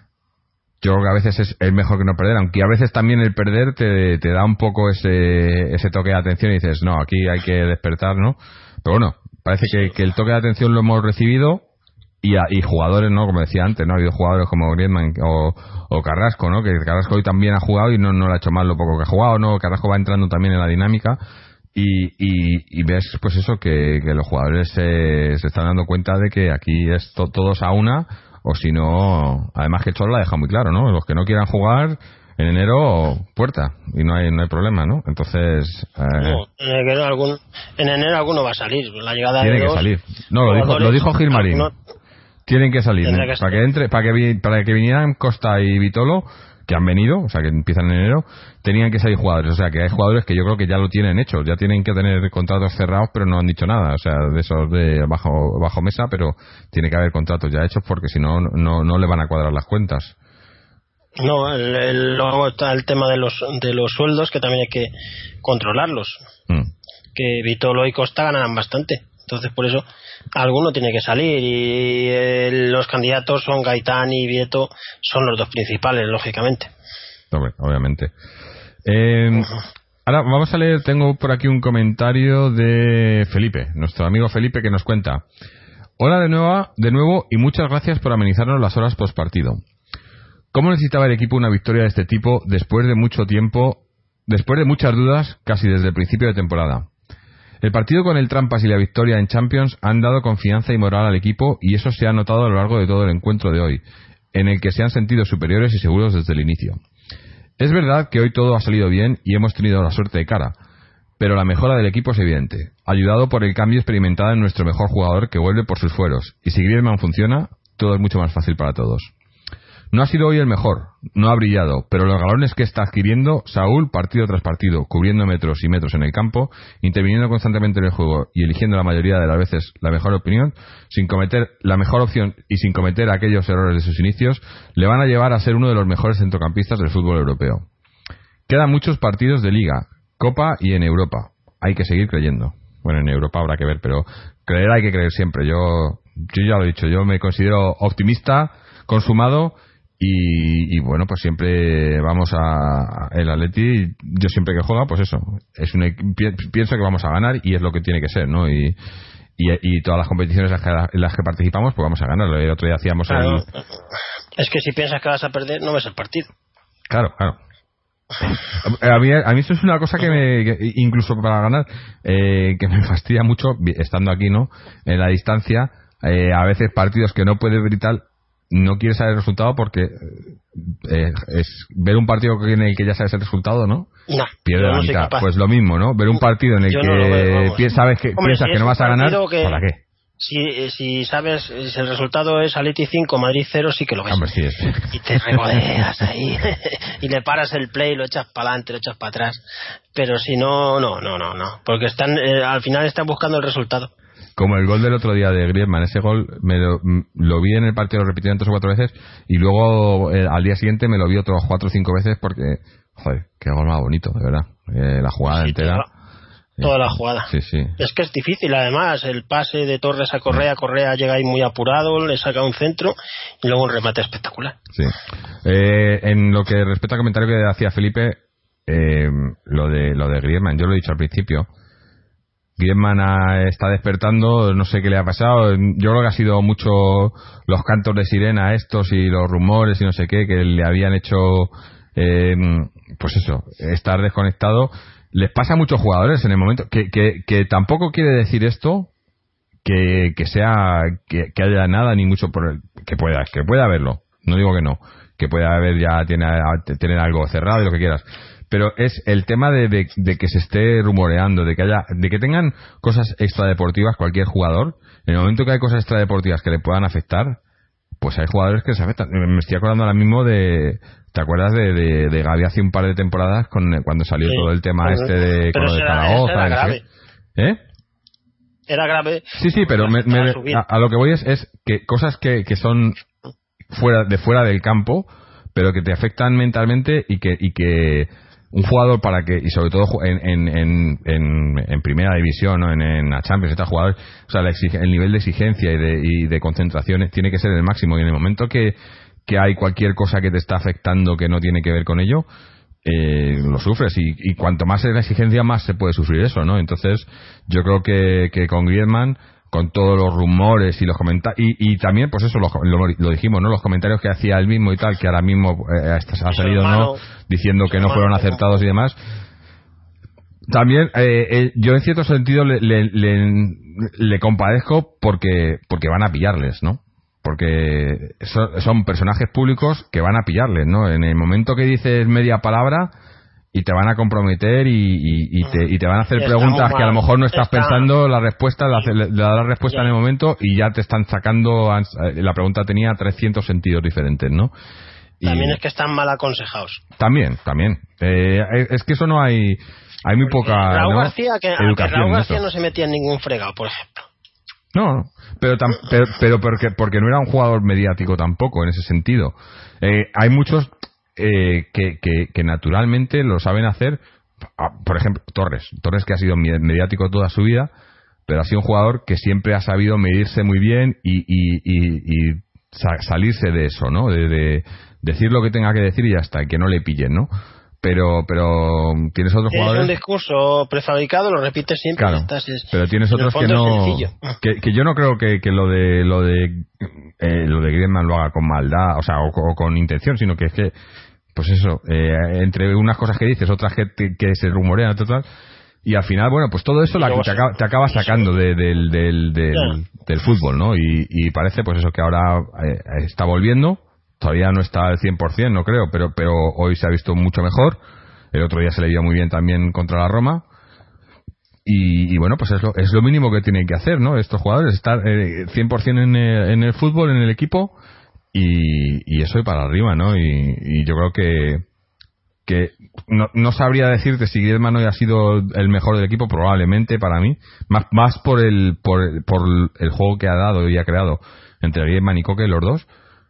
Yo creo que a veces es, es mejor que no perder, aunque a veces también el perder te, te da un poco ese ese toque de atención y dices, no, aquí hay que despertar, ¿no? Pero bueno, parece que, que el toque de atención lo hemos recibido. Y, a, y jugadores, ¿no? Como decía antes, ¿no? Ha habido jugadores como Griezmann o, o Carrasco, ¿no? Que Carrasco hoy también ha jugado y no, no lo ha hecho mal lo poco que ha jugado, ¿no? Carrasco va entrando también en la dinámica y, y, y ves, pues eso, que, que los jugadores se, se están dando cuenta de que aquí es to, todos a una, o si no, además que Cholo la deja muy claro, ¿no? Los que no quieran jugar en enero, puerta, y no hay no hay problema, ¿no? Entonces eh, no, en enero algún en enero alguno va a salir, la llegada tiene de que dos salir. No, lo dijo, lo dijo Gilmarín. Alguno, Tienen que salir, ¿eh? que para que entre, para que para que vinieran Costa y Vitolo, que han venido, o sea que empiezan en enero, tenían que salir jugadores, o sea que hay jugadores que yo creo que ya lo tienen hecho, ya tienen que tener contratos cerrados, pero no han dicho nada, o sea, de esos de bajo bajo mesa, pero tiene que haber contratos ya hechos porque si no no no le van a cuadrar las cuentas. No, el, el, luego está el tema de los de los sueldos que también hay que controlarlos. Mm. Que Vitolo y Costa ganarán bastante. Entonces, por eso, alguno tiene que salir y eh, los candidatos son Gaitán y Vieto, son los dos principales, lógicamente. Hombre, obviamente. Eh, uh-huh. Ahora vamos a leer, tengo por aquí un comentario de Felipe, nuestro amigo Felipe, que nos cuenta: hola de nuevo, de nuevo y muchas gracias por amenizarnos las horas post partido. ¿Cómo necesitaba el equipo una victoria de este tipo después de mucho tiempo, después de muchas dudas, casi desde el principio de temporada? El partido con el Trampas y la victoria en Champions han dado confianza y moral al equipo y eso se ha notado a lo largo de todo el encuentro de hoy, en el que se han sentido superiores y seguros desde el inicio. Es verdad que hoy todo ha salido bien y hemos tenido la suerte de cara, pero la mejora del equipo es evidente, ayudado por el cambio experimentado en nuestro mejor jugador que vuelve por sus fueros, y si Griezmann funciona, todo es mucho más fácil para todos. No ha sido hoy el mejor, no ha brillado, pero los galones que está adquiriendo Saúl partido tras partido, cubriendo metros y metros en el campo, interviniendo constantemente en el juego y eligiendo la mayoría de las veces la mejor opinión, sin cometer la mejor opción y sin cometer aquellos errores de sus inicios, le van a llevar a ser uno de los mejores centrocampistas del fútbol europeo. Quedan muchos partidos de Liga, Copa y en Europa. Hay que seguir creyendo. Bueno, en Europa habrá que ver, pero creer hay que creer siempre. Yo, yo ya lo he dicho, yo me considero optimista, consumado. Y, y bueno, pues siempre vamos a el Atleti, yo siempre que juega, pues eso, es una, pienso que vamos a ganar y es lo que tiene que ser, ¿no? Y, y, y todas las competiciones en las, que, en las que participamos, pues vamos a ganar. El otro día hacíamos claro, el... Es que si piensas que vas a perder, no ves el partido. Claro, claro. A mí, a mí eso es una cosa que me, que incluso para ganar, eh, que me fastidia mucho, estando aquí, ¿no? En la distancia, eh, a veces partidos que no puedes ver y tal, no quieres saber el resultado porque eh, es ver un partido en el que ya sabes el resultado, ¿no? No, pierde la no mitad. Pues lo mismo, ¿no? Ver un partido en el yo que no veo, pi- sabes que Hombre, piensas si que no vas a ganar, que, ¿para qué? Si, si sabes, si el resultado es Atleti cinco, Madrid cero, sí que lo ves. Hombre, sí es. Y te regodeas ahí y le paras el play, lo echas para adelante, lo echas para atrás. Pero si no, no, no, no, no, porque están, eh, al final están buscando el resultado. Como el gol del otro día de Griezmann, ese gol me lo, lo vi en el partido, lo repitieron tres o cuatro veces y luego eh, al día siguiente me lo vi otros cuatro o cinco veces porque, joder, qué gol más bonito, de verdad. Eh, la jugada sí, entera. toda la jugada. Sí, sí. Es que es difícil, además, el pase de Torres a Correa, Correa llega ahí muy apurado, le saca un centro y luego un remate espectacular. Sí. Eh, en lo que respecta al comentario que hacía Felipe, eh, lo de lo de Griezmann, yo lo he dicho al principio. Griezmann ha, está despertando, no sé qué le ha pasado. Yo creo que ha sido mucho los cantos de sirena estos y los rumores y no sé qué que le habían hecho, eh, pues eso, estar desconectado. Les pasa a muchos jugadores en el momento que, que, que tampoco quiere decir esto que, que sea que, que haya nada ni mucho por el, que pueda que pueda haberlo. No digo que no, que pueda haber ya tiene, tener algo cerrado y lo que quieras. Pero es el tema de, de, de que se esté rumoreando, de que haya, de que tengan cosas extradeportivas cualquier jugador. En el momento que hay cosas extradeportivas que le puedan afectar, pues hay jugadores que se afectan. Me estoy acordando ahora mismo de, ¿te acuerdas de, de, de Gavi hace un par de temporadas con cuando salió sí, todo el tema pero, este de con lo de Zaragoza? Era grave. ¿Eh? Era grave. Sí, sí, pero me, me, a, a lo que voy es, es que cosas que, que son fuera de fuera del campo, pero que te afectan mentalmente y que y que un jugador para que, y sobre todo en, en, en, en, en primera división, ¿no? en, en la Champions, estos jugadores, o sea, la exige, el nivel de exigencia y de, y de concentración tiene que ser el máximo, y en el momento que, que hay cualquier cosa que te está afectando que no tiene que ver con ello, eh, lo sufres, y, y cuanto más es la exigencia, más se puede sufrir eso, ¿no? Entonces, yo creo que, que con Griezmann, con todos los rumores y los comentarios, y, y también, pues eso, lo, lo, lo dijimos, ¿no? Los comentarios que hacía él mismo y tal, que ahora mismo eh, ha salido, ¿no? Diciendo que no fueron acertados y demás. También, eh, eh, yo en cierto sentido le, le, le, le compadezco porque, porque van a pillarles, ¿no? Porque son, son personajes públicos que van a pillarles, ¿no? En el momento que dices media palabra, y te van a comprometer y, y, y, te, y te van a hacer está preguntas que a lo mejor no estás está... pensando la respuesta, la, le, le das la respuesta ya en el momento y ya te están sacando, la pregunta tenía trescientos sentidos diferentes, ¿no? Y también es que están mal aconsejados. También, también. Eh, es que eso no hay, hay muy porque poca Raúl ¿no? García, que, educación. Raúl García eso. no se metía en ningún fregado, por ejemplo. No, pero, tam, pero, pero porque, porque no era un jugador mediático tampoco en ese sentido. Eh, hay muchos Eh, que, que, que naturalmente lo saben hacer. Por ejemplo, Torres Torres que ha sido mediático toda su vida, pero ha sido un jugador que siempre ha sabido medirse muy bien y, y, y, y sa- salirse de eso, ¿no? De, de decir lo que tenga que decir y ya está, y que no le pillen, ¿no? Pero pero tienes otros tienes jugadores. Un discurso prefabricado, lo repites siempre. Claro, estás, es, pero tienes otros que no. Que, que yo no creo que, que lo de lo de eh, lo de Griezmann lo haga con maldad, o sea, o, o con intención, sino que es que, pues eso, eh, entre unas cosas que dices, otras que, que se rumorean, total, y al final, bueno, pues todo eso la, te, acaba, te acaba sacando de, del, del, del, del fútbol, ¿no? Y, y parece, pues eso, que ahora eh, está volviendo. Todavía no está al cien por ciento, no creo, pero pero hoy se ha visto mucho mejor. El otro día se le vio muy bien también contra la Roma. Y, y bueno, pues es lo, es lo mínimo que tienen que hacer, ¿no? Estos jugadores, estar eh, cien por ciento en el, en el fútbol, en el equipo, y, y eso y para arriba, ¿no? Y, y yo creo que que no, no sabría decirte si Griezmann hoy ha sido el mejor del equipo, probablemente para mí, más más por el por, por el juego que ha dado y ha creado entre Griezmann y Koke, los dos.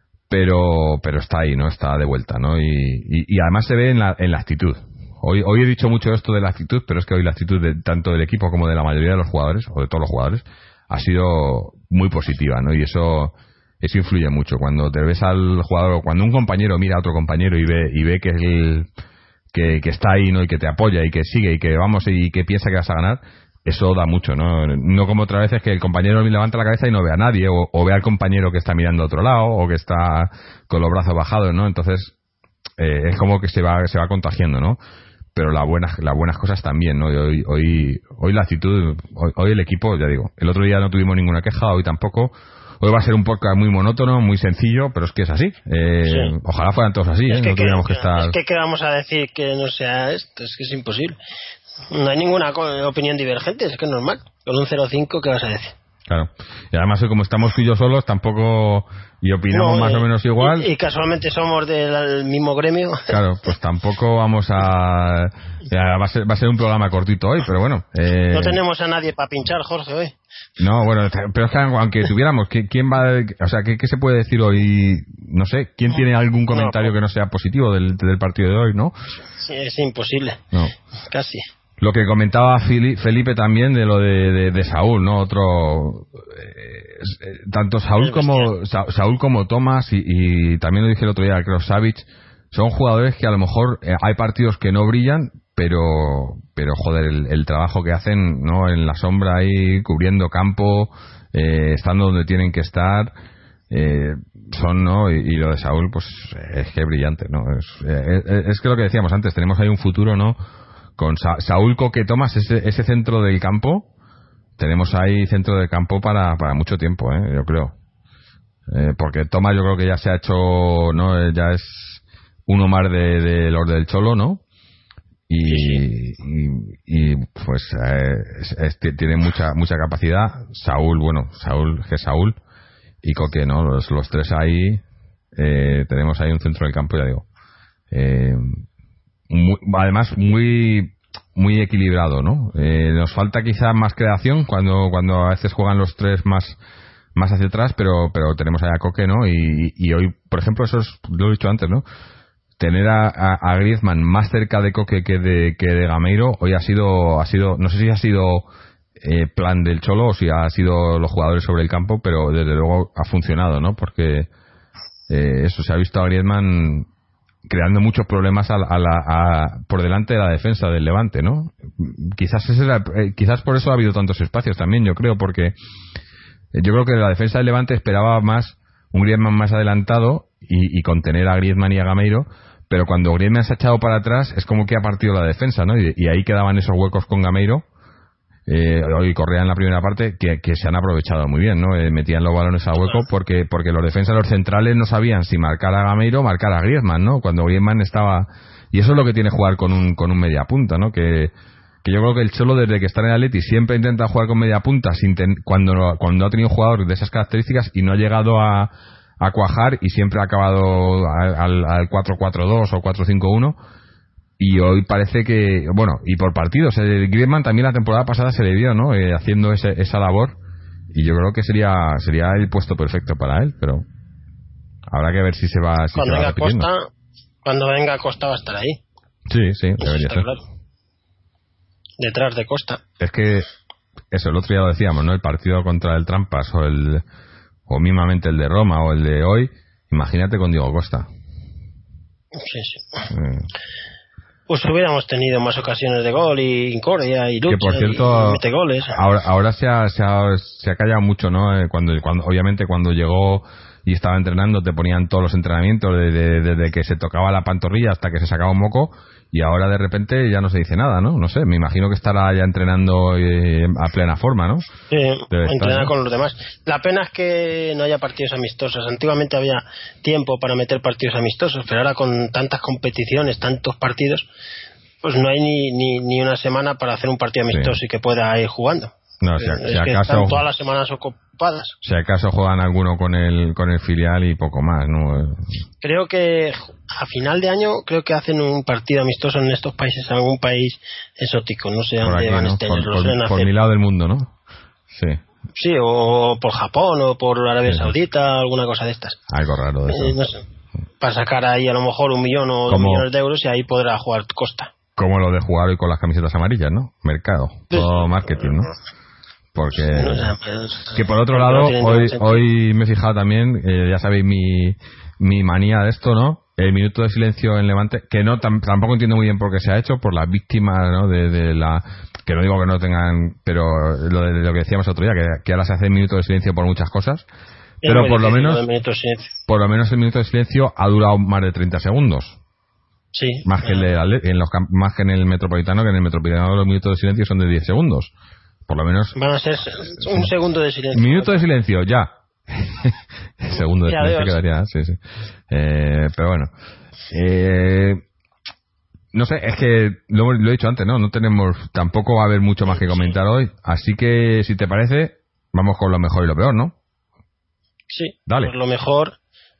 Pero pero está ahí, ¿no? Está de vuelta, ¿no? Y, y, y además se ve en la, en la actitud. Hoy hoy he dicho mucho esto de la actitud, pero es que hoy la actitud de, tanto del equipo como de la mayoría de los jugadores, o de todos los jugadores, ha sido muy positiva, ¿no? Y eso eso influye mucho. Cuando te ves al jugador, o cuando un compañero mira a otro compañero y ve y ve que, el, que, que está ahí, ¿no? Y que te apoya y que sigue y que vamos y que piensa que vas a ganar, eso da mucho, ¿no? No como otras veces que el compañero levanta la cabeza y no ve a nadie, o, o ve al compañero que está mirando a otro lado, o que está con los brazos bajados, ¿no? Entonces, eh, es como que se va se va contagiando, ¿no? Pero las buenas las buenas cosas también, ¿no? Y hoy hoy hoy la actitud, hoy, hoy el equipo, ya digo, el otro día no tuvimos ninguna queja, hoy tampoco. Hoy va a ser un podcast muy monótono, muy sencillo, pero es que es así. Eh, sí. Ojalá fueran todos así, ¿eh? Es que, no tuviéramos que, que estar... Es que, ¿qué vamos a decir que no sea esto? Es que es imposible. No hay ninguna opinión divergente, es que es normal. Con un cero coma cinco, ¿qué vas a decir? Claro. Y además, como estamos tú y yo solos, tampoco... Y opinamos no, más eh, o menos igual. Y, y casualmente somos del mismo gremio. Claro, pues tampoco vamos a... Ya, va, a ser, va a ser un programa cortito hoy, pero bueno. Eh... No tenemos a nadie para pinchar, Jorge, hoy. No, bueno, pero es que aunque tuviéramos, ¿quién va? O sea, ¿qué, qué se puede decir hoy? No sé, ¿quién tiene algún comentario no, que no sea positivo del, del partido de hoy, no? Sí, es imposible. No. Casi. Lo que comentaba Felipe también de lo de, de, de Saúl, ¿no? Otro eh, tanto Saúl como Sa, Saúl como Thomas y, y también lo dije el otro día, creo Savic, son jugadores que a lo mejor eh, hay partidos que no brillan, pero pero joder, el, el trabajo que hacen, ¿no? En la sombra ahí cubriendo campo, eh, estando donde tienen que estar, eh, son, ¿no? Y, y lo de Saúl, pues es que es brillante, ¿no? Es, es, es que lo que decíamos antes, tenemos ahí un futuro, ¿no? Con Sa- Saúl, Coque, Thomas, ese, ese centro del campo, tenemos ahí centro del campo para, para mucho tiempo, ¿eh? Yo creo. Eh, porque Thomas yo creo que ya se ha hecho, ¿no? Ya es uno más de, de los del Cholo, ¿no? Y, sí, sí. y, y pues eh, es, es, tiene mucha mucha capacidad. Saúl, bueno, Saúl, que Saúl y Coque, ¿no? Los, los tres ahí, eh, tenemos ahí un centro del campo, ya digo. Eh, Muy, además muy muy equilibrado, ¿no? Eh, nos falta quizá más creación cuando cuando a veces juegan los tres más más hacia atrás, pero pero tenemos ahí a Coque, ¿no? Y, y hoy, por ejemplo, eso es, lo he dicho antes, ¿no? Tener a, a, a Griezmann más cerca de Coque que de que de Gameiro hoy ha sido ha sido no sé si ha sido eh, plan del Cholo o si ha sido los jugadores sobre el campo, pero desde luego ha funcionado, ¿no? Porque eh, eso se ha visto a Griezmann creando muchos problemas a, a la, a, por delante de la defensa del Levante, ¿no? Quizás ese era, eh, quizás por eso ha habido tantos espacios también, yo creo, porque yo creo que la defensa del Levante esperaba más un Griezmann más adelantado y, y contener a Griezmann y a Gameiro, pero cuando Griezmann se ha echado para atrás es como que ha partido la defensa, ¿no? Y, y ahí quedaban esos huecos con Gameiro. Eh, hoy Correa en la primera parte que, que se han aprovechado muy bien, ¿no? Eh, metían los balones a hueco porque porque los defensas, los centrales no sabían si marcar a Gameiro o marcar a Griezmann, ¿no? Cuando Griezmann estaba, y eso es lo que tiene jugar con un con un media punta, ¿no? Que que yo creo que el Cholo desde que está en el Atleti siempre intenta jugar con media punta sin ten, cuando cuando ha tenido un jugador de esas características y no ha llegado a a cuajar y siempre ha acabado al, al cuatro cuatro dos o cuatro cinco uno. Y hoy parece que, bueno, y por partidos, eh, Griezmann también la temporada pasada se le vio, ¿no? Eh, haciendo ese, esa labor, y yo creo que sería sería el puesto perfecto para él, pero habrá que ver si se va, si cuando se va venga repitiendo. Costa, cuando venga Costa va a estar ahí. Sí, sí, debería ser. Claro. Detrás de Costa. Es que eso, el otro día lo decíamos, ¿no? El partido contra el Trampas o el o mismamente el de Roma o el de hoy, imagínate con Diego Costa. Sí, sí. Eh. Pues hubiéramos tenido más ocasiones de gol y Incordia y lucha, que por cierto, y mete goles. Ahora, ahora se, ha, se, ha, se ha callado mucho, ¿no? Eh, Cuando, cuando obviamente cuando llegó y estaba entrenando te ponían todos los entrenamientos desde de, de, de que se tocaba la pantorrilla hasta que se sacaba un moco, y ahora de repente ya no se dice nada, ¿no? No sé, me imagino que estará ya entrenando eh, a plena forma, ¿no? Sí, entrenar con los demás. La pena es que no haya partidos amistosos. Antiguamente había tiempo para meter partidos amistosos, pero ahora con tantas competiciones, tantos partidos, pues no hay ni, ni, ni una semana para hacer un partido amistoso sí. y que pueda ir jugando. No, si, es si que acaso están todas las semanas ocupadas. Si acaso juegan alguno con el con el filial y poco más, ¿no? Creo que a final de año creo que hacen un partido amistoso en estos países, en algún país exótico, no sé dónde van a estar. Por, por, por mi lado del mundo, ¿no? Sí. Sí, o por Japón o por Arabia sí. Saudita, alguna cosa de estas. Algo raro de eso. Eh, no sé. Para sacar ahí a lo mejor un millón o dos millones de euros y ahí podrá jugar Costa. Como lo de jugar hoy con las camisetas amarillas, ¿no? Mercado, todo marketing, ¿no? Porque que por otro lado hoy hoy me he fijado también, eh, ya sabéis mi mi manía de esto, ¿no? El minuto de silencio en Levante, que no tam, tampoco entiendo muy bien por qué se ha hecho, por las víctimas, ¿no? De, de la que no digo que no tengan, pero lo de, de lo que decíamos otro día, que, que ahora se hace el minuto de silencio por muchas cosas, pero por lo menos por lo menos el minuto de silencio ha durado más de treinta segundos. Sí. Más que el de en los más que en el Metropolitano, que en el Metropolitano los minutos de silencio son de diez segundos. Por lo menos van a ser un segundo de silencio. Minuto de silencio, ya. Segundo de ya silencio Dios. Quedaría, sí, sí. Eh, pero bueno. Eh, no sé, es que lo, lo he dicho antes, ¿no? No tenemos, tampoco va a haber mucho más que comentar hoy. Así que, si te parece, vamos con lo mejor y lo peor, ¿no? Sí. Dale. Pues lo mejor,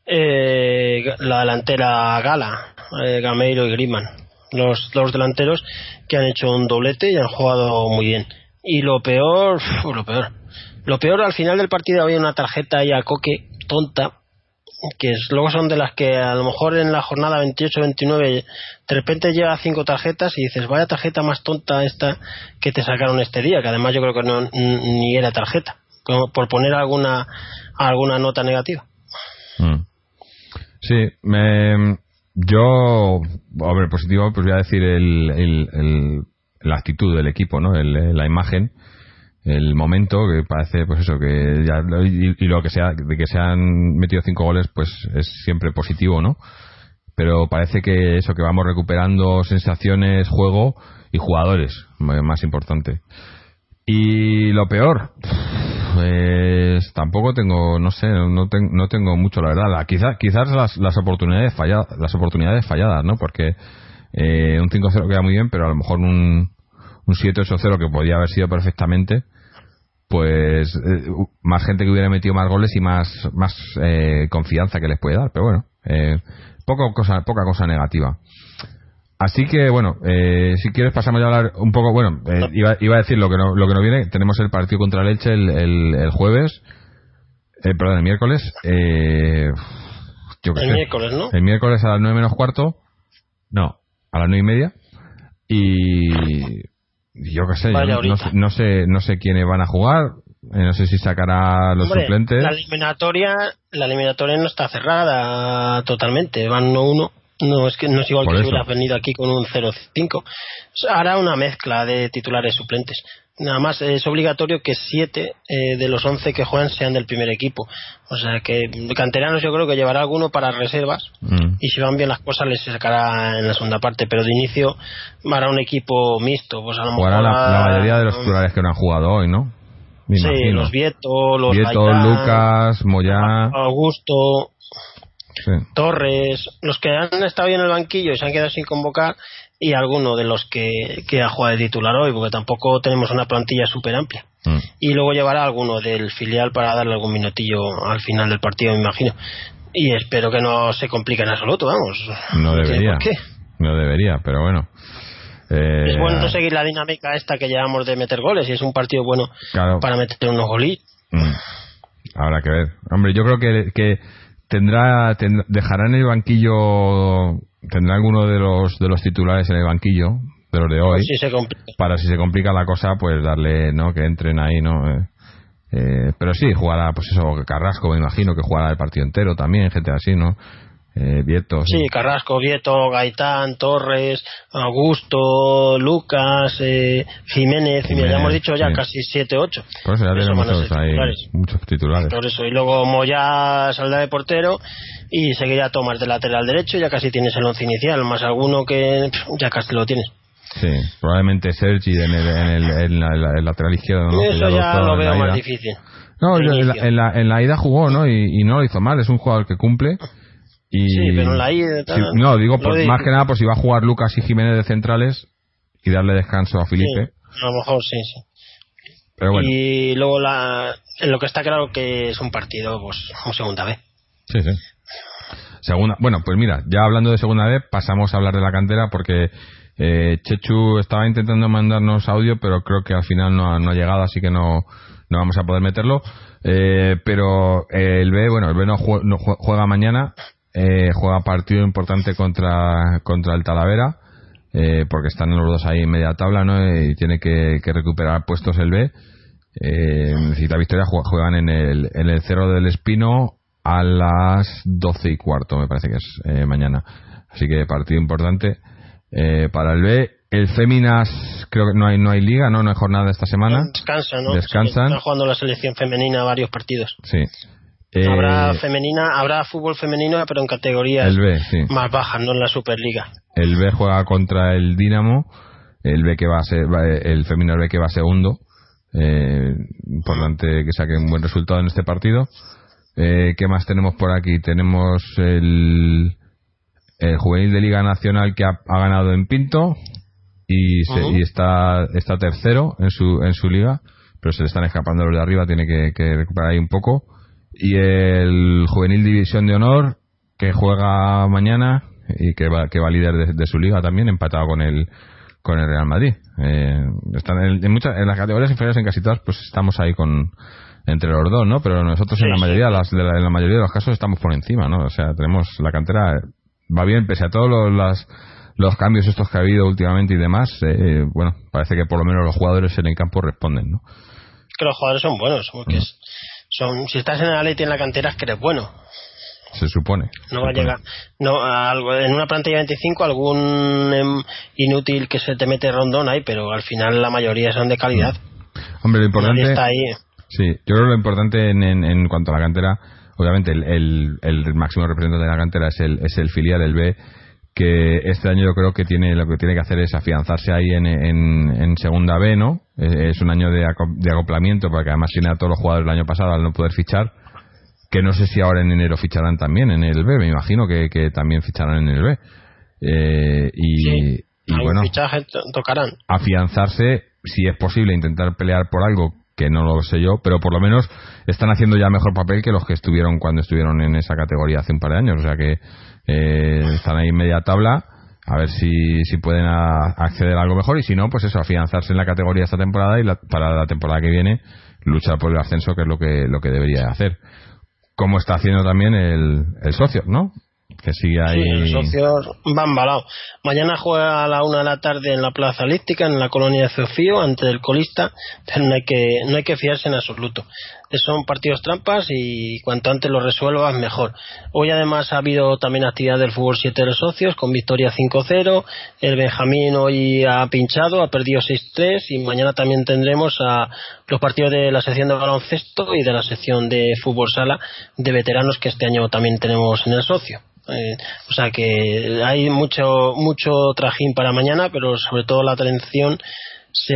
eh, la delantera Gala, eh, Gameiro y Griezmann. Los dos delanteros que han hecho un doblete y han jugado muy bien. Y lo peor, uf, lo peor, lo peor al final del partido había una tarjeta ahí a Coque tonta que es, luego son de las que a lo mejor en la jornada veintiocho veintinueve de repente llega cinco tarjetas y dices, vaya tarjeta más tonta esta que te sacaron este día, que además yo creo que no ni era tarjeta, como por poner alguna alguna nota negativa. Mm. Sí, me, yo, a ver, positivo, pues voy a decir el, el, el, la actitud del equipo, ¿no? El, la imagen, el momento, que parece, pues eso, que ya, y, y lo que sea, de que se han metido cinco goles, pues es siempre positivo, ¿no? Pero parece que eso, que vamos recuperando sensaciones, juego y jugadores, más importante. Y lo peor, pues tampoco tengo, no sé, no, ten, no tengo mucho, la verdad. La, quizás quizás las, las oportunidades falladas, las oportunidades falladas, ¿no? Porque eh, un cinco cero queda muy bien, pero a lo mejor un, un siete ocho cero que podría haber sido perfectamente, pues eh, más gente que hubiera metido más goles y más más eh, confianza que les puede dar. Pero bueno, eh, poco cosa, poca cosa negativa. Así que bueno, eh, si quieres pasamos ya a hablar un poco, bueno, eh, iba, iba a decir lo que no lo que no viene. Tenemos el partido contra el Elche el, el, el jueves, eh, perdón, el miércoles. Eh, yo qué el sé, miércoles, ¿no? El miércoles a las nueve menos cuarto, no, a las nueve y media. Y yo qué sé, yo no, no sé, no sé, no sé quiénes van a jugar. Eh, no sé si sacará los Hombre, suplentes. La eliminatoria, la eliminatoria no está cerrada totalmente, van uno uno. No es que no es igual Por que eso. si hubieras venido aquí con un cero cinco. Hará una mezcla de titulares suplentes. Nada más es obligatorio que siete eh, de los once que juegan sean del primer equipo. O sea que canteranos yo creo que llevará alguno para reservas Mm. y si van bien las cosas les sacará en la segunda parte. Pero de inicio hará un equipo mixto. Pues a lo Jugará mejor la, la mayoría de los titulares que no han jugado hoy, ¿no? Me sí, imagino. los Vieto, los Vieto, Gaitán, Lucas, Moyá. Augusto, Sí. Torres, los que han estado ahí en el banquillo y se han quedado sin convocar, y alguno de los que, que ha jugado de titular hoy, porque tampoco tenemos una plantilla súper amplia. Mm. Y luego llevará alguno del filial para darle algún minutillo al final del partido, me imagino. Y espero que no se complique en absoluto, vamos. No tiene debería. por qué. No debería, pero bueno. Eh, Es bueno seguir la dinámica esta que llevamos de meter goles, y es un partido bueno claro. para meter unos golillos. Mm. Habrá que ver. Hombre, yo creo que, que tendrá, tendrá dejará en el banquillo, tendrá alguno de los de los titulares en el banquillo de los de hoy, Si se complica. para si se complica la cosa, pues darle, no, que entren ahí, no. Eh, eh, pero sí, jugará, pues eso, Carrasco, me imagino que jugará el partido entero también, gente así, ¿no? Eh, Vieto, sí. Sí, Carrasco, Vieto, Gaitán, Torres, Augusto, Lucas, eh, Jiménez, Jiménez, ya hemos dicho ya sí. casi siete ocho. Por eso ya Eso tenemos van a ser muchos, ahí, titulares. muchos titulares. Por eso, y luego Moyá saldrá de portero y seguirá Tomás de lateral derecho, ya casi tienes el once inicial, más alguno que pff, ya casi lo tienes. Sí, probablemente Sergi en el, en el, en la, en la- el lateral izquierdo, ¿no? Eso Que ya hizo lo en veo la más ida. difícil. No, de en la, inicio. en, la, en la ida jugó, ¿no? Y, y no lo hizo mal, es un jugador que cumple. Y... Sí, pero en la ida... Sí, no, digo, por, de- más que nada, pues si va a jugar Lucas y Jiménez de centrales y darle descanso a sí, Felipe. a lo mejor sí, sí. Pero bueno, Y luego la, en lo que está claro que es un partido, pues, un segunda vez. sí, sí. Segunda, bueno, pues mira, ya hablando de segunda vez, pasamos a hablar de la cantera porque eh, Chechu estaba intentando mandarnos audio, pero creo que al final no ha, no ha llegado, así que no, no vamos a poder meterlo. Eh, pero eh, el B, bueno, el B no juega, no jue- juega mañana, eh, juega partido importante contra, contra el Talavera, eh, porque están los dos ahí en media tabla, ¿no? Y tiene que, que recuperar puestos el B. Eh, necesita victoria, jue- juegan en el, en el Cerro del Espino a las doce y cuarto, me parece que es eh, mañana. Así que partido importante eh, para el B. El Féminas, creo que no hay no hay liga, no no hay jornada esta semana. Descansan, ¿no? Descansan. Sí, está jugando la selección femenina varios partidos. Sí. Eh, Habrá femenina, habrá fútbol femenino, pero en categorías el B, sí. más bajas, no en la Superliga. El B juega contra el Dinamo. El B que va a ser, va- el Féminas B que va segundo. Eh, importante que saque un buen resultado en este partido. Eh, ¿Qué más tenemos por aquí? Tenemos el, el juvenil de Liga Nacional que ha, ha ganado en Pinto y, se, Ujú. y está está tercero en su en su liga, pero se le están escapando los de arriba, tiene que, que recuperar ahí un poco. Y el juvenil División de Honor que juega mañana y que va, que va líder de, de su liga también, empatado con el con el Real Madrid. Eh, están en, en muchas en las categorías inferiores, en casi todas, pues estamos ahí con entre los dos, ¿no? Pero nosotros sí, en la mayoría sí. las, de la, en la mayoría de los casos estamos por encima, ¿no? O sea, tenemos la cantera va bien pese a todos los las, los cambios estos que ha habido últimamente y demás. Eh, bueno, parece que por lo menos los jugadores en el campo responden, ¿no? Que los jugadores son buenos, porque mm. es, son si estás en el Atleti en la cantera es que eres bueno. Se supone. No va a llegar. No, algo, en una plantilla de veinticinco algún em, inútil que se te mete rondón ahí, pero al final la mayoría son de calidad. Hombre, lo importante. Nadie está ahí. Sí, yo creo que lo importante en, en, en cuanto a la cantera, obviamente el, el, el máximo representante de la cantera es el, es el filial, el B, que este año yo creo que tiene lo que tiene que hacer es afianzarse ahí en, en, en segunda B, ¿no? Es un año de, de acoplamiento, porque además tiene a todos los jugadores del año pasado al no poder fichar. Que no sé si ahora en enero ficharán también en el B, me imagino que, que también ficharán en el B. Eh, y, sí, y bueno, fichaje tocarán. Afianzarse, si es posible, intentar pelear por algo, que no lo sé yo, pero por lo menos están haciendo ya mejor papel que los que estuvieron cuando estuvieron en esa categoría hace un par de años. O sea que eh, están ahí en media tabla, a ver si, si pueden a, acceder a algo mejor, y si no, pues eso, afianzarse en la categoría esta temporada y la, para la temporada que viene luchar por el ascenso, que es lo que, lo que debería hacer. Como está haciendo también el, el socio, ¿no? Que sigue ahí. Sí, los socios van balados. Mañana juega a la una de la tarde en la Plaza Lística, en la colonia de Sofío, ante el colista. Pero no hay que, no hay que fiarse en absoluto. Son partidos trampas y cuanto antes lo resuelvas, mejor. Hoy además ha habido también actividad del fútbol siete de los socios, con victoria cinco cero. El Benjamín hoy ha pinchado, ha perdido seis tres, y mañana también tendremos a los partidos de la sección de baloncesto y de la sección de fútbol sala de veteranos, que este año también tenemos en el socio. Eh, o sea que hay mucho mucho trajín para mañana, pero sobre todo la atención se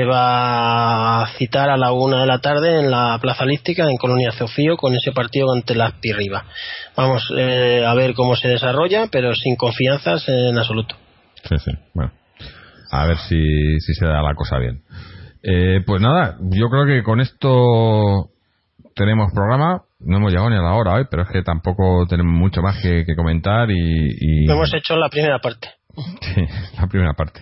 va a citar a la una de la tarde en la Plaza Lística, en Colonia Sofío, con ese partido ante la Pirriba. Vamos eh, a ver cómo se desarrolla, pero sin confianzas en absoluto. Sí, sí, bueno, a ver si, si se da la cosa bien. Eh, pues nada, yo creo que con esto tenemos programa. No hemos llegado ni a la hora hoy, pero es que tampoco tenemos mucho más que, que comentar y, y... hemos hecho la primera parte. Sí, la primera parte.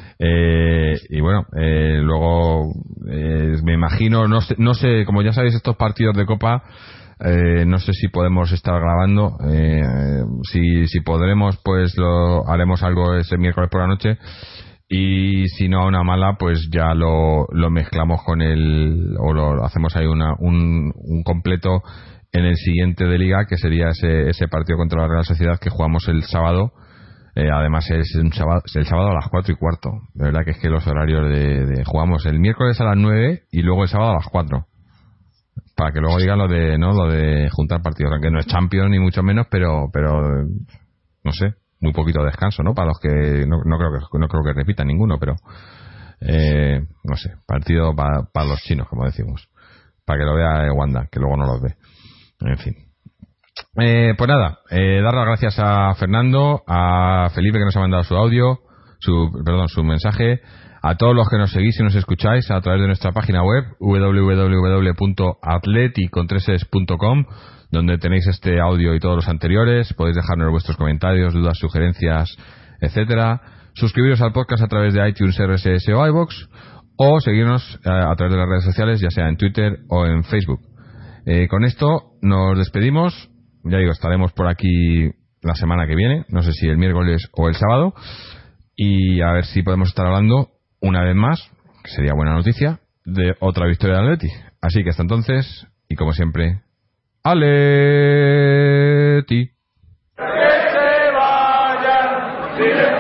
Eh, y bueno, eh, luego eh, me imagino, no sé, no sé, como ya sabéis, estos partidos de Copa, eh, no sé si podemos estar grabando. Eh, si, si podremos, pues lo haremos algo ese miércoles por la noche. Y si no, a una mala, pues ya lo, lo mezclamos con el, o lo hacemos ahí una, un, un completo en el siguiente de Liga, que sería ese, ese partido contra la Real Sociedad que jugamos el sábado. Eh, además es un sábado, el sábado a las cuatro y cuarto. De verdad que es que los horarios de, de jugamos el miércoles a las nueve y luego el sábado a las cuatro. Para que luego digan lo de, no, lo de juntar partidos, aunque no es Champions ni mucho menos, pero, pero, no sé, muy poquito descanso, ¿no? Para los que, no, no creo que, no creo que repitan ninguno, pero, eh, no sé, partido para pa los chinos, como decimos. Para que lo vea Wanda, que luego no los ve. En fin. Eh, pues nada, eh, dar las gracias a Fernando, a Felipe, que nos ha mandado su audio, su, perdón, su mensaje, a todos los que nos seguís y nos escucháis a través de nuestra página web doble u doble u doble u punto atleti con tres es punto com, donde tenéis este audio y todos los anteriores. Podéis dejarnos vuestros comentarios, dudas, sugerencias, etcétera. Suscribiros al podcast a través de iTunes, R S S o iVoox, o seguirnos eh, a través de las redes sociales, ya sea en Twitter o en Facebook. Eh, con esto nos despedimos. Ya digo, estaremos por aquí la semana que viene, no sé si el miércoles o el sábado, y a ver si podemos estar hablando una vez más, que sería buena noticia, de otra victoria de Atleti. Así que hasta entonces, y como siempre, ¡Atleti! ¡Que se vayan!